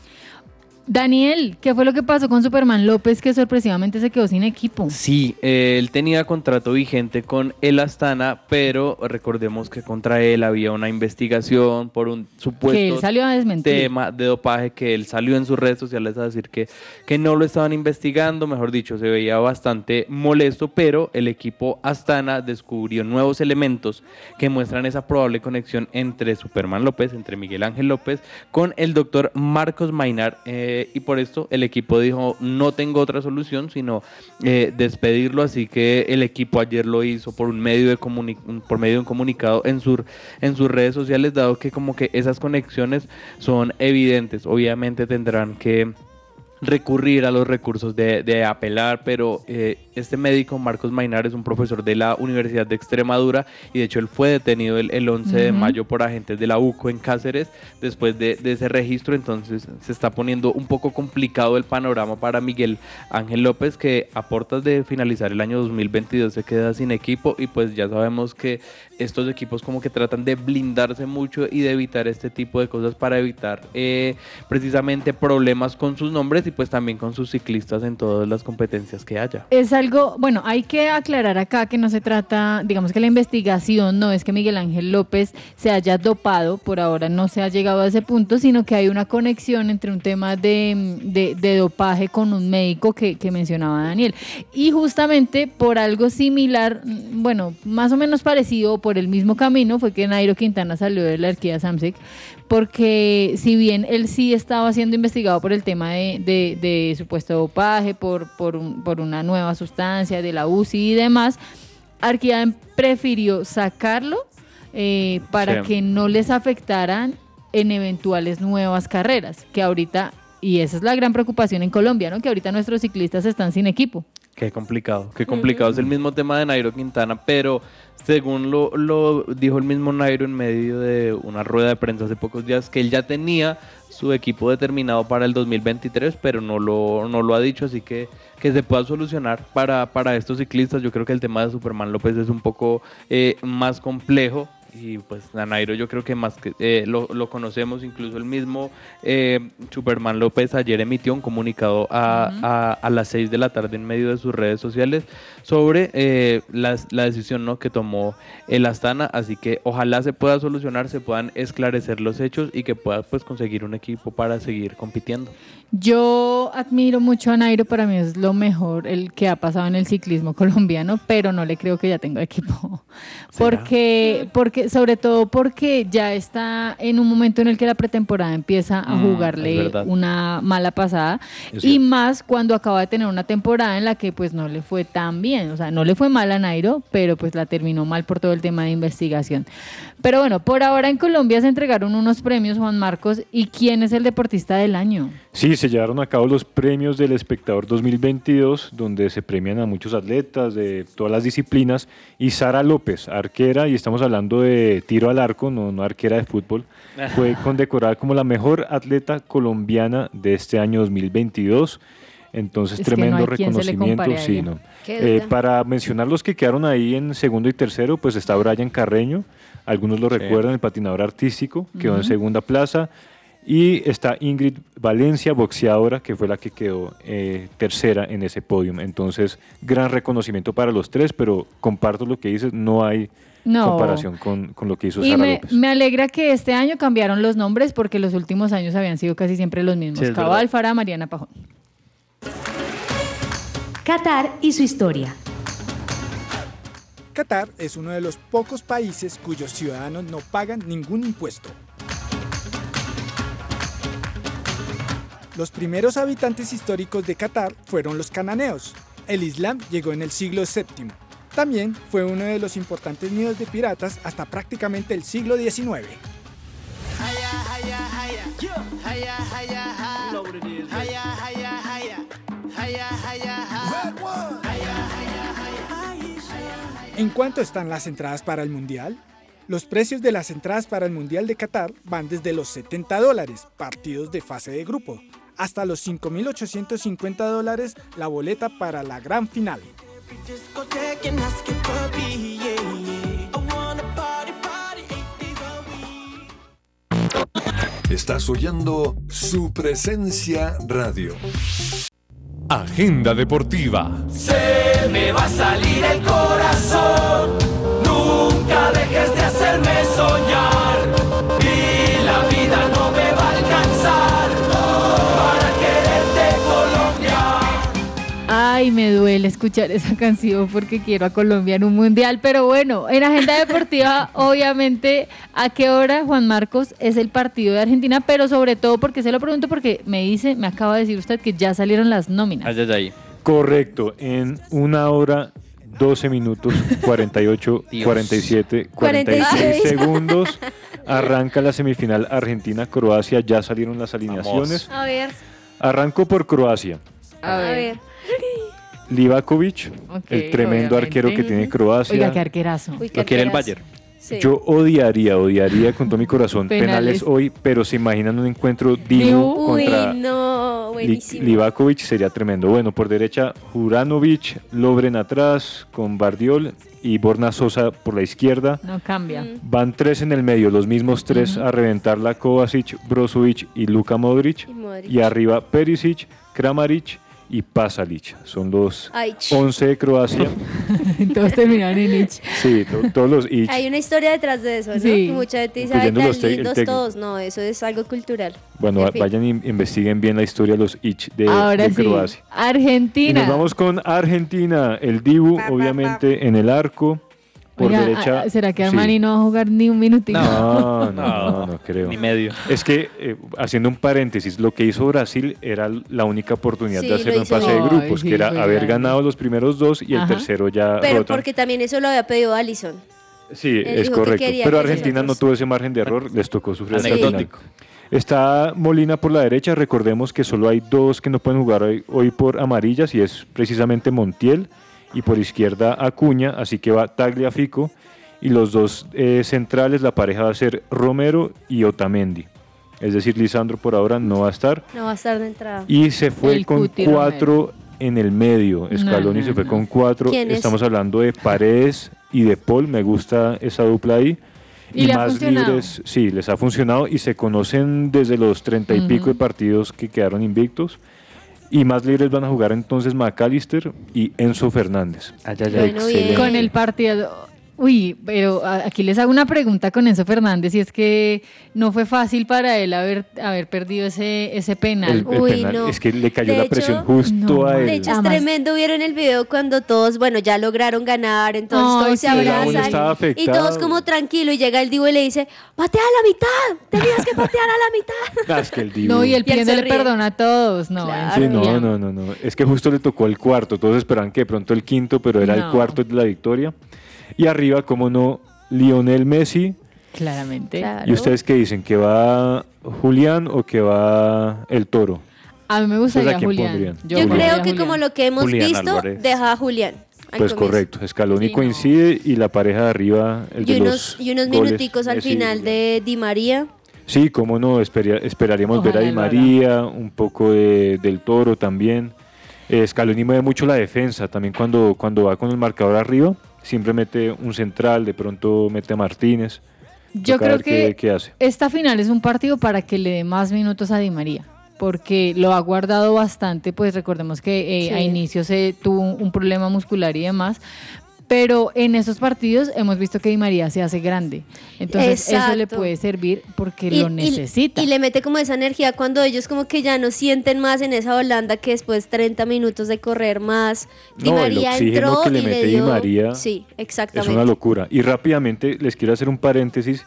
C: Daniel, ¿qué fue lo que pasó con Superman López que sorpresivamente se quedó sin equipo?
D: Sí, él tenía contrato vigente con el Astana, pero recordemos que contra él había una investigación por un supuesto
C: que él salió a desmentir.
D: Tema de dopaje, que él salió en sus redes sociales a decir que no lo estaban investigando, mejor dicho, se veía bastante molesto, pero el equipo Astana descubrió nuevos elementos que muestran esa probable conexión entre Superman López, entre Miguel Ángel López, con el doctor Marcos Maynard, y por esto el equipo dijo, no tengo otra solución sino despedirlo, así que el equipo ayer lo hizo por medio de un comunicado en sus redes sociales, dado que como que esas conexiones son evidentes. Obviamente tendrán que recurrir a los recursos de apelar, pero este médico, Marcos Maynard, es un profesor de la Universidad de Extremadura y de hecho él fue detenido el 11 de mayo por agentes de la UCO en Cáceres después de ese registro. Entonces se está poniendo un poco complicado el panorama para Miguel Ángel López, que a puertas de finalizar el año 2022 se queda sin equipo, y pues ya sabemos que estos equipos como que tratan de blindarse mucho y de evitar este tipo de cosas para evitar precisamente problemas con sus nombres y pues también con sus ciclistas en todas las competencias que haya.
C: Es algo, bueno, hay que aclarar acá que no se trata, digamos que la investigación no es que Miguel Ángel López se haya dopado, por ahora no se ha llegado a ese punto, sino que hay una conexión entre un tema de dopaje con un médico que mencionaba Daniel. Y justamente por algo similar, bueno, más o menos parecido, por el mismo camino, fue que Nairo Quintana salió de la Arquía Samsic, porque si bien él sí estaba siendo investigado por el tema de supuesto dopaje, por una nueva sustancia de la UCI y demás, Arquía prefirió sacarlo para que no les afectaran en eventuales nuevas carreras, que ahorita, y esa es la gran preocupación en Colombia, ¿no? Que ahorita nuestros ciclistas están sin equipo.
D: Qué complicado es el mismo tema de Nairo Quintana, pero según lo dijo el mismo Nairo en medio de una rueda de prensa hace pocos días, que él ya tenía su equipo determinado para el 2023, pero no lo ha dicho, así que se pueda solucionar para estos ciclistas. Yo creo que el tema de Superman López es un poco más complejo. Y pues a Nairo yo creo que más que lo conocemos, incluso el mismo Superman López ayer emitió un comunicado a las 6 de la tarde en medio de sus redes sociales sobre la decisión, ¿no?, que tomó el Astana, así que ojalá se pueda solucionar, se puedan esclarecer los hechos y que pueda pues conseguir un equipo para seguir compitiendo.
C: Yo admiro mucho a Nairo, para mí es lo mejor el que ha pasado en el ciclismo colombiano, pero no le creo que ya tenga equipo. Porque sobre todo porque ya está en un momento en el que la pretemporada empieza a jugarle una mala pasada, y más cuando acaba de tener una temporada en la que pues no le fue tan bien, o sea, no le fue mal a Nairo, pero pues la terminó mal por todo el tema de investigación. Pero bueno, por ahora en Colombia se entregaron unos premios, Juan Marcos, ¿y quién es el deportista del año?
E: Sí, se llevaron a cabo los premios del Espectador 2022, donde se premian a muchos atletas de todas las disciplinas, y Sara López, arquera, y estamos hablando de tiro al arco, no arquera de fútbol, fue condecorada como la mejor atleta colombiana de este año 2022. Entonces, es tremendo no reconocimiento. Sí, no. Para mencionar los que quedaron ahí en segundo y tercero, pues está Brian Carreño, algunos lo recuerdan, el patinador artístico, quedó en segunda plaza. Y está Ingrid Valencia, boxeadora, que fue la que quedó tercera en ese podio. Entonces, gran reconocimiento para los tres, pero comparto lo que dices, no hay comparación con lo que hizo Sara López.
C: Me alegra que este año cambiaron los nombres, porque los últimos años habían sido casi siempre los mismos.
D: Sí,
C: Cabal, Farah, Mariana Pajón.
I: Qatar y su historia.
J: Qatar es uno de los pocos países cuyos ciudadanos no pagan ningún impuesto. Los primeros habitantes históricos de Qatar fueron los cananeos. El Islam llegó en el siglo VII. También fue uno de los importantes nidos de piratas hasta prácticamente el siglo XIX. ¿En cuánto están las entradas para el Mundial? Los precios de las entradas para el Mundial de Qatar van desde los $70, partidos de fase de grupo, hasta los $5,850 la boleta para la gran final.
H: Estás oyendo Su Presencia Radio.
A: Agenda deportiva.
B: Se me va a salir el corazón. Nunca dejes de hacerme soñar. Y la vida no me va a alcanzar para quererte, Colombia.
C: Ay, me duele escuchar esa canción porque quiero a Colombia en un mundial. Pero bueno, en agenda deportiva, obviamente, ¿a qué hora, Juan Marcos, es el partido de Argentina? Pero sobre todo, porque se lo pregunto, porque me acaba de decir usted que ya salieron las nóminas.
D: Ay.
E: Correcto, en 1 hora, 12 minutos, 48,
D: Dios.
E: 47, 46 segundos. Arranca la semifinal Argentina-Croacia, ya salieron las alineaciones.
F: A ver.
E: Arranco por Croacia.
F: A ver.
E: Livakovic,
C: Okay,
E: el tremendo
C: obviamente.
E: arquero que tiene Croacia.
C: Oiga, qué arquerazo.
F: Uy,
D: Lo quiere el
F: arquerazo.
D: Bayern.
F: Sí.
E: Yo odiaría con todo mi corazón
C: Penales.
E: penales hoy, pero se imaginan un encuentro Dibu
F: Uy,
E: contra
F: no, buenísimo.
E: Livakovic, sería tremendo. Bueno, por derecha, Juranovic, Lovren atrás, con Bardiol y Borna Sosa por la izquierda.
C: No cambia.
E: Van 3 en el medio, los mismos 3 a reventarla: Kovacic, Brozovic y Luka Modric.
F: Y Modric.
E: Y arriba Perisic, Kramaric y Pasalic. Son los
F: Ay,
E: 11 de Croacia.
C: Todos terminaron en Ich.
E: Sí, todos los ich.
F: Hay una historia detrás de eso, ¿no?
C: Sí.
F: Que mucha gente dice, ay,
E: Incluyendo
F: tan
E: los el
F: lindos
E: técnico.
F: todos. No, eso es algo cultural.
E: Bueno,
F: En fin.
E: vayan y investiguen bien la historia de los ich de
C: Ahora sí,
E: Croacia. Y
C: Argentina.
E: nos vamos con Argentina. El Dibu, obviamente, en el arco. Por
C: Oiga,
E: derecha.
C: ¿será que
E: sí.
C: Armani no va a jugar ni un minutito?
E: No creo.
D: Ni medio.
E: Es que, haciendo un paréntesis, lo que hizo Brasil era la única oportunidad
F: Sí,
E: de hacer
F: lo
E: un
F: hizo
E: pase de
F: bien.
E: grupos,
C: Ay,
E: que era
C: sí, fue
E: haber
C: grande.
E: ganado los primeros 2 y el
C: Ajá.
E: tercero ya
F: Pero
E: rotan.
F: porque también eso lo había pedido Allison.
E: Sí,
F: Él
E: es
F: dijo que
E: correcto.
F: quería
E: Pero
F: que
E: Argentina no
F: nosotros-
E: tuvo ese margen de error, les tocó sufrir hasta el final.
D: Anecdótico.
E: Está Molina por la derecha, recordemos que solo hay 2 que no pueden jugar hoy por amarillas y es precisamente Montiel y por izquierda Acuña, así que va Tagliafico y los 2 centrales, la pareja va a ser Romero y Otamendi. Es decir, Lisandro por ahora no va a estar
F: No va a estar de entrada.
E: y se fue
C: El
E: con
C: Cuti
E: 4 en el medio. Scaloni se fue con 4.
F: ¿Quién es?
E: Estamos hablando de Paredes y de Paul, me gusta esa dupla ahí.
C: ¿Y le ha
E: más
C: funcionado?
E: libres, sí, les ha funcionado y se conocen desde los 30 y pico de partidos que quedaron invictos. Y más libres van a jugar entonces McAllister y Enzo Fernández.
F: Bueno, bien.
C: Con el partido. Uy, pero aquí les hago una pregunta con Enzo Fernández y es que no fue fácil para él haber perdido ese penal.
E: El
F: Uy,
E: penal,
F: no.
E: es que le cayó
F: De
E: la
F: hecho,
E: presión justo
C: no,
E: a él.
F: De hecho, es
C: Además-
F: tremendo. Vieron el video cuando todos, bueno, ya lograron ganar, entonces
C: Ay,
F: todos
C: sí.
F: se
E: Cada uno
F: abrazan.
E: estaba
F: Y
E: afectado.
F: todos como tranquilo. Y llega el Divo y le dice: patea a la mitad. Tenías que patear a la mitad.
E: Es que el Dibu-
C: No, y el
F: Y él se
C: pidiendo le
F: ríe.
C: perdona a todos. No,
F: Claro.
E: Sí,
C: Enzo
E: no,
C: bien.
E: no. Es que justo le tocó el cuarto. Todos esperaban que de pronto el quinto, pero era el
C: No.
E: cuarto de la victoria. Y arriba, como no, Lionel Messi.
C: Claramente.
F: Claro.
E: ¿Y ustedes qué dicen? ¿Que va Julián o que va el Toro?
C: A mí me
E: ¿Ustedes
C: gustaría
E: a quién
C: Julián.
E: pondrían?
F: Yo
E: Julián.
F: creo
C: pondría
F: que
C: a
F: como
C: Julián.
F: lo que hemos
D: Julián
F: visto,
D: Álvarez.
F: deja a Julián. al
E: Pues
F: comienzo.
E: correcto, Scaloni
C: Sí, no.
E: coincide y la pareja de arriba, el
F: Y
E: de
F: unos,
E: los
F: y unos
E: goles,
F: minuticos al
E: Messi y
F: final
E: Julián.
F: de Di María.
E: Sí, cómo no, esperaríamos ver a
C: Ojalá
E: Di
C: lo haga.
E: María, un poco del Toro también. Scaloni mueve mucho la defensa, también cuando va con el marcador arriba, siempre mete un central, de pronto mete a Martínez.
C: Yo
E: Toca
C: creo
E: ver
C: que
E: qué hace.
C: esta final es un partido para que le dé más minutos a Di María, porque lo ha guardado bastante, pues recordemos que
F: Sí.
C: a inicios tuvo un problema muscular y demás, pero en esos partidos hemos visto que Di María se hace grande, entonces eso le
F: Exacto.
C: puede servir porque lo necesita.
F: Y le mete como esa energía cuando ellos como que ya no sienten más en esa Holanda que después 30 minutos de correr más. Di
E: No, el
F: María
E: oxígeno
F: entró
E: que le
F: y
E: mete
F: le
E: Di
F: dio...
E: María
F: Sí,
E: Es
F: exactamente.
E: una locura. Y rápidamente les quiero hacer un paréntesis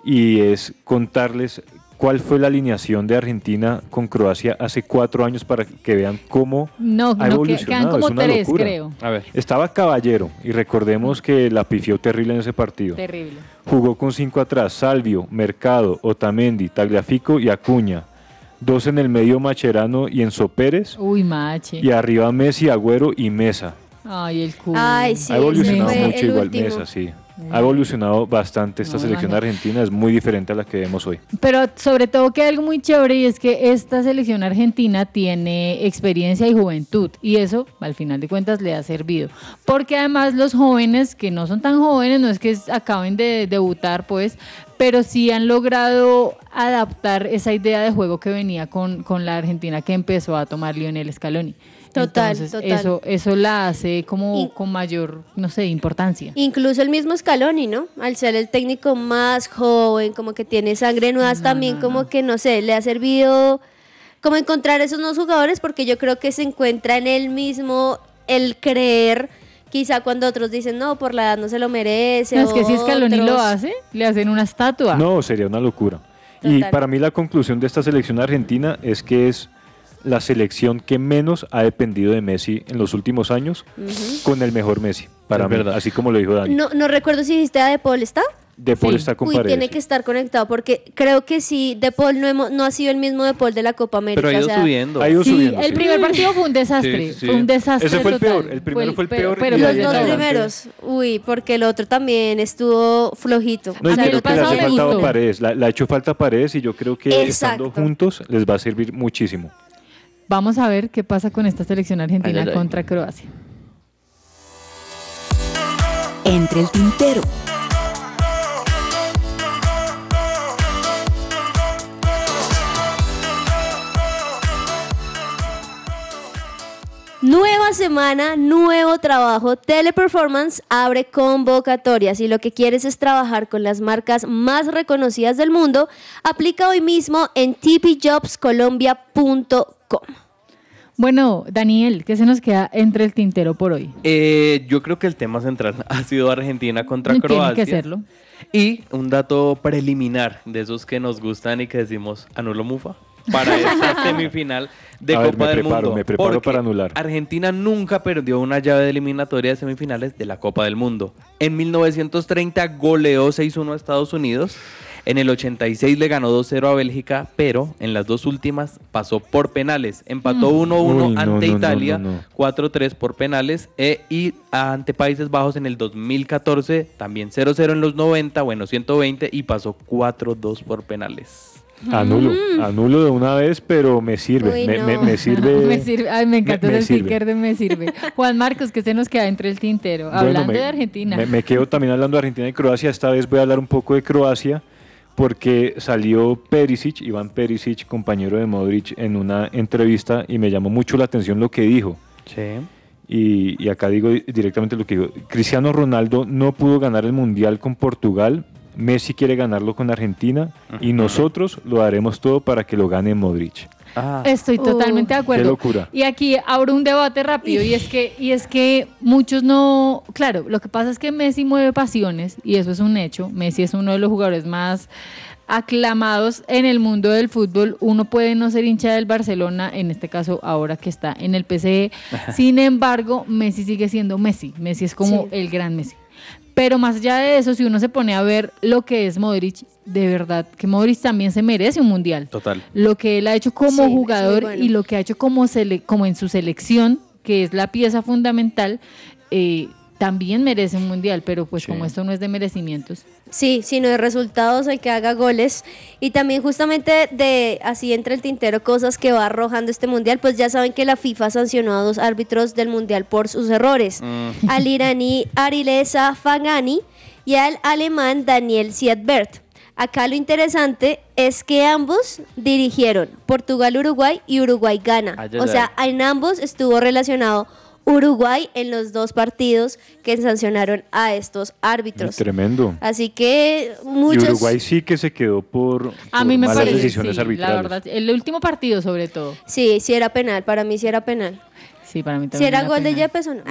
E: y es contarles cuál fue la alineación de Argentina con Croacia hace 4 años para que vean cómo
C: No,
E: ha
C: no, quedan
E: evolucionado.
C: como
E: Es una
C: 3,
E: locura.
C: creo.
D: A ver.
E: Estaba Caballero y recordemos que la pifió terrible en ese partido.
C: Terrible.
E: Jugó con 5 atrás: Salvio, Mercado, Otamendi, Tagliafico y Acuña. 2 en el medio: Macherano y Enzo Pérez.
C: Uy, mache.
E: Y arriba Messi, Agüero y Mesa.
C: Ay, el Kun.
F: Ay, sí,
E: Ha evolucionado
F: fue
E: mucho
F: el
E: igual
F: último.
E: Mesa, sí. Ha evolucionado bastante esta
C: No,
E: selección
C: imagínate.
E: argentina, es muy diferente a la que vemos hoy.
C: Pero sobre todo que hay algo muy chévere y es que esta selección argentina tiene experiencia y juventud y eso al final de cuentas le ha servido. Porque además los jóvenes que no son tan jóvenes, no es que acaben de debutar pues, pero sí han logrado adaptar esa idea de juego que venía con la Argentina que empezó a tomar Lionel Scaloni.
F: Total,
C: Entonces,
F: total.
C: Eso la hace como
F: Y-
C: con mayor, no sé, importancia.
F: Incluso el mismo Scaloni, ¿no? Al ser el técnico más joven, como que tiene sangre nueva, también como que, no sé, le ha servido como encontrar esos nuevos jugadores, porque yo creo que se encuentra en él mismo el creer, quizá cuando otros dicen, no, por la edad no se lo merece.
C: No, es que si Scaloni lo
F: otros-
C: hace, le hacen una estatua.
E: No, sería una locura. Y
F: Total.
E: para mí la conclusión de esta selección argentina es que es la selección que menos ha dependido de Messi en los últimos años, con el mejor Messi, para
D: Es
E: mí,
D: verdad.
E: así como lo dijo Dani.
F: No recuerdo si dijiste a De Paul, ¿está?
E: De Paul
C: Sí.
E: está con
F: Uy,
E: Paredes.
F: tiene que estar conectado, porque creo que sí, De Paul no ha sido el mismo De Paul de la Copa América.
D: Pero ha ido
F: o sea,
D: subiendo.
E: Ha ido
C: Sí,
E: subiendo,
C: el
E: sí.
C: primer partido fue un desastre,
D: Sí, sí.
C: fue un desastre
E: Ese fue el
C: total.
E: peor, el primero fue el peor
C: pero
E: y
F: Los
E: ahí en
F: dos
E: adelante.
F: primeros, porque el otro también estuvo flojito.
E: No,
C: A
E: y
C: mí
E: creo
C: el
E: que le
C: pasado
E: hace
C: me
E: falta
C: gustó.
E: Paredes, le ha hecho falta Paredes y yo creo que
F: Exacto.
E: estando juntos les va a servir muchísimo.
C: Vamos a ver qué pasa con esta selección argentina
D: Ay, ay, ay.
C: contra Croacia.
K: Entre el tintero.
F: Nueva semana, nuevo trabajo. Teleperformance abre convocatorias y lo que quieres es trabajar con las marcas más reconocidas del mundo. Aplica hoy mismo en tpjobscolombia.com.
C: Bueno, Daniel, ¿qué se nos queda entre el tintero por hoy?
D: Yo creo que el tema central ha sido Argentina contra
C: Tiene
D: Croacia.
C: que serlo.
D: Y un dato preliminar de esos que nos gustan y que decimos anulo mufa para esta semifinal de
E: A ver,
D: Copa
E: me
D: del
E: preparo,
D: Mundo.
E: me preparo
D: Porque
E: para anular.
D: Argentina nunca perdió una llave de eliminatoria de semifinales de la Copa del Mundo. En 1930 goleó 6-1 a Estados Unidos. En el 86 le ganó 2-0 a Bélgica, pero en las dos últimas pasó por penales. Empató 1-1
E: Uy, no,
D: ante
E: no, no,
D: Italia,
E: no, no.
D: 4-3 por penales. Y ante Países Bajos en el 2014, también 0-0 en los 90, bueno, 120, y pasó 4-2 por penales.
E: Anulo de una vez, pero me sirve,
F: Uy,
E: me
F: no.
E: sirve.
C: Me sirve. Ay, me encanta
E: me
C: el
E: sirve.
C: sticker de me sirve. Juan Marcos, ¿qué se nos queda entre el tintero?
E: Bueno,
C: Hablando de Argentina.
E: Me quedo también hablando de Argentina y Croacia. Esta vez voy a hablar un poco de Croacia porque salió Perisic, Iván Perisic, compañero de Modric, en una entrevista y me llamó mucho la atención lo que dijo.
D: Sí.
E: Y acá digo directamente lo que digo. Cristiano Ronaldo no pudo ganar el Mundial con Portugal. Messi quiere ganarlo con Argentina y nosotros lo haremos todo para que lo gane Modric.
C: Estoy totalmente de acuerdo.
E: Qué locura.
C: Y aquí abro un debate rápido y es que muchos no, claro, lo que pasa es que Messi mueve pasiones y eso es un hecho. Messi es uno de los jugadores más aclamados en el mundo del fútbol. Uno puede no ser hincha del Barcelona, en este caso ahora que está en el PSG. Sin embargo, Messi sigue siendo Messi. Messi es como
F: Sí.
C: el gran Messi. Pero más allá de eso, si uno se pone a ver lo que es Modric, de verdad que Modric también se merece un mundial.
D: Total.
C: Lo que él ha hecho como
F: Sí,
C: jugador
F: es muy bueno.
C: y lo que ha hecho como en su selección, que es la pieza fundamental, también merece un mundial, pero pues
E: Sí.
C: como esto no es de merecimientos.
F: Sí, sino de resultados, el que haga goles. Y también justamente de así entre el tintero cosas que va arrojando este mundial, pues ya saben que la FIFA sancionó a 2 árbitros del mundial por sus errores. Al iraní Arileza Fagani y al alemán Daniel Siadbert. Acá lo interesante es que ambos dirigieron Portugal-Uruguay y Uruguay-Ghana.
D: Ay, ay,
F: O sea, en ambos estuvo relacionado Uruguay en los 2 partidos que sancionaron a estos árbitros.
E: Tremendo.
F: Así que
E: Y
F: muchos...
E: Uruguay sí que se quedó por
C: A mí me
E: malas
C: parece,
E: decisiones
C: sí,
E: arbitrales.
C: la verdad, el último partido sobre todo.
F: Sí, sí era penal, para mí sí era penal.
C: Sí, para mí
F: Si
C: también
F: era gol de
C: penal.
F: Yepes o no.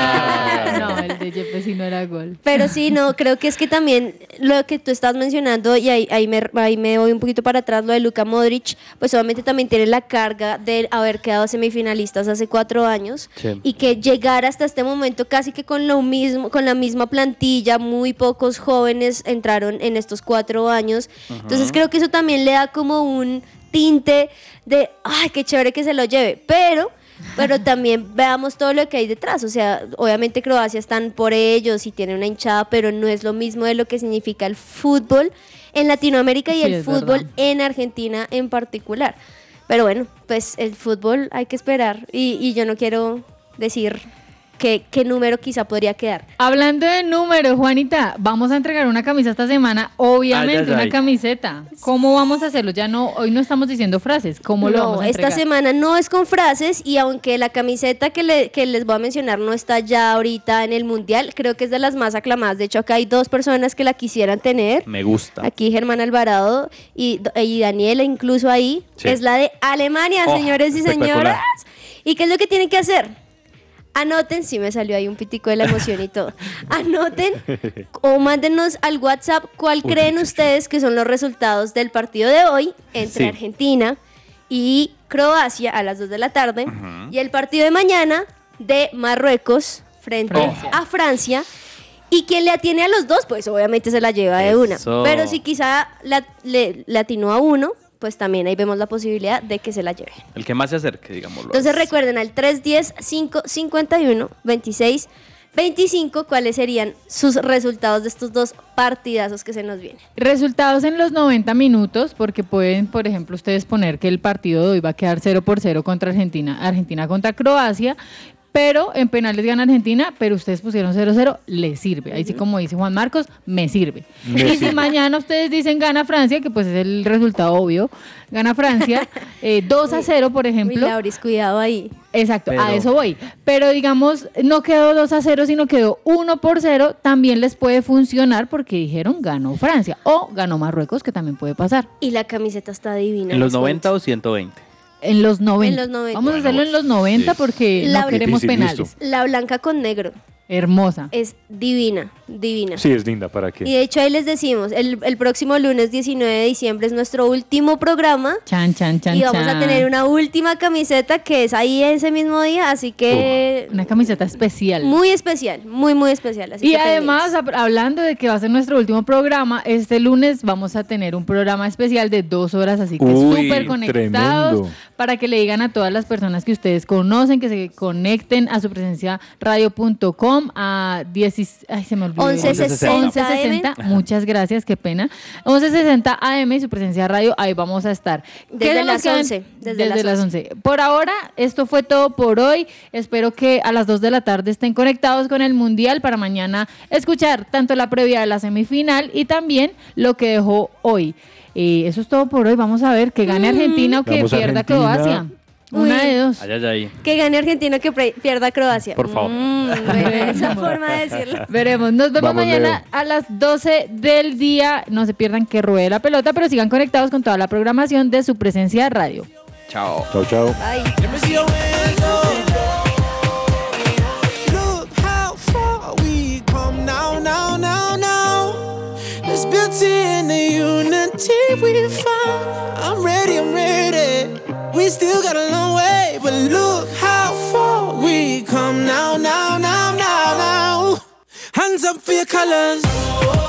C: No, el de Yepes sí no era gol.
F: Pero sí, no, creo que es que también lo que tú estás mencionando, y ahí me voy un poquito para atrás, lo de Luka Modric, pues obviamente también tiene la carga de haber quedado semifinalistas hace 4 años
D: Sí.
F: y que llegar hasta este momento casi que con lo mismo, con la misma plantilla, muy pocos jóvenes entraron en estos 4 años. Entonces creo que eso también le da como un tinte de, ay, qué chévere que se lo lleve, pero pero también veamos todo lo que hay detrás. O sea, obviamente Croacia están por ellos y tiene una hinchada, pero no es lo mismo de lo que significa el fútbol en Latinoamérica y el fútbol en Argentina en particular. Pero bueno, pues el fútbol hay que esperar y yo no quiero decir qué número quizá podría quedar.
C: Hablando de números, Juanita, vamos a entregar una camisa esta semana, obviamente una camiseta. ¿Cómo vamos a hacerlo? Hoy no estamos diciendo frases, ¿cómo lo vamos a entregar?
F: Esta semana no es con frases y aunque la camiseta que les voy a mencionar no está ya ahorita en el Mundial, creo que es de las más aclamadas. De hecho, acá hay 2 personas que la quisieran tener.
L: Me gusta.
F: Aquí Germán Alvarado y Daniela incluso ahí. Sí. Es la de Alemania, señores y señoras. ¿Y qué es lo que tienen que hacer? Anoten, sí me salió ahí un pitico de la emoción y todo. Anoten o mándenos al WhatsApp cuál creen ustedes que son los resultados del partido de hoy entre Argentina y Croacia a las 2 de la tarde y el partido de mañana de Marruecos frente a Francia. Y quien le atiene a los dos, pues obviamente se la lleva de una. Pero si quizá le atinó a uno, pues también ahí vemos la posibilidad de que se la lleve.
L: El que más se acerque, digámoslo.
F: Entonces recuerden al 310-551-26-25 cuáles serían sus resultados de estos 2 partidazos que se nos vienen.
C: Resultados en los 90 minutos, porque pueden, por ejemplo, ustedes poner que el partido de hoy va a quedar 0-0 contra Argentina contra Croacia, pero en penales gana Argentina, pero ustedes pusieron 0-0, les sirve. Ahí sí, como dice Juan Marcos, me sirve. Si mañana ustedes dicen gana Francia, que pues es el resultado obvio, gana Francia, 2-0, por ejemplo.
F: Uy, Lauris, cuidado ahí.
C: Exacto, a eso voy. Pero digamos, no quedó 2-0, sino quedó 1-0, también les puede funcionar porque dijeron ganó Francia o ganó Marruecos, que también puede pasar.
F: Y la camiseta está divina.
L: ¿En los 90 o 120?
C: En los 90. Vamos a hacerlo en los 90 porque no queremos penales.
F: La blanca con negro.
C: Hermosa.
F: Es divina, divina.
E: Sí, es linda, ¿para qué?
F: Y de hecho ahí les decimos, el próximo lunes 19 de diciembre es nuestro último programa.
C: Chan.
F: Y vamos a tener una última camiseta que es ahí ese mismo día, así que...
C: una camiseta especial.
F: Muy especial, muy especial. Así
C: y además, hablando de que va a ser nuestro último programa, este lunes vamos a tener un programa especial de 2 horas, así que súper conectados. Tremendo. Para que le digan a todas las personas que ustedes conocen, que se conecten a supresenciaradio.com a 1160. Muchas gracias, qué pena. 1160 AM y Su Presencia Radio, ahí vamos a estar.
F: Desde las 11.
C: Desde las 11. Por ahora, esto fue todo por hoy. Espero que a las 2 de la tarde estén conectados con el Mundial para mañana escuchar tanto la previa de la semifinal y también lo que dejó hoy. Eso es todo por hoy. Vamos a ver que gane Argentina o que pierda Croacia. Una de dos.
L: Ay.
F: Que gane Argentina o que pierda Croacia.
L: Por favor.
F: Esa forma de decirlo.
C: Veremos. Nos vemos mañana a las 12 del día. No se pierdan que ruede la pelota, pero sigan conectados con toda la programación de Su Presencia Radio.
L: Chao.
E: Chao.
F: Bye.
M: There's beauty in the unity we found. I'm ready. We still got a long way, but look how far we come now. Hands up for your colors.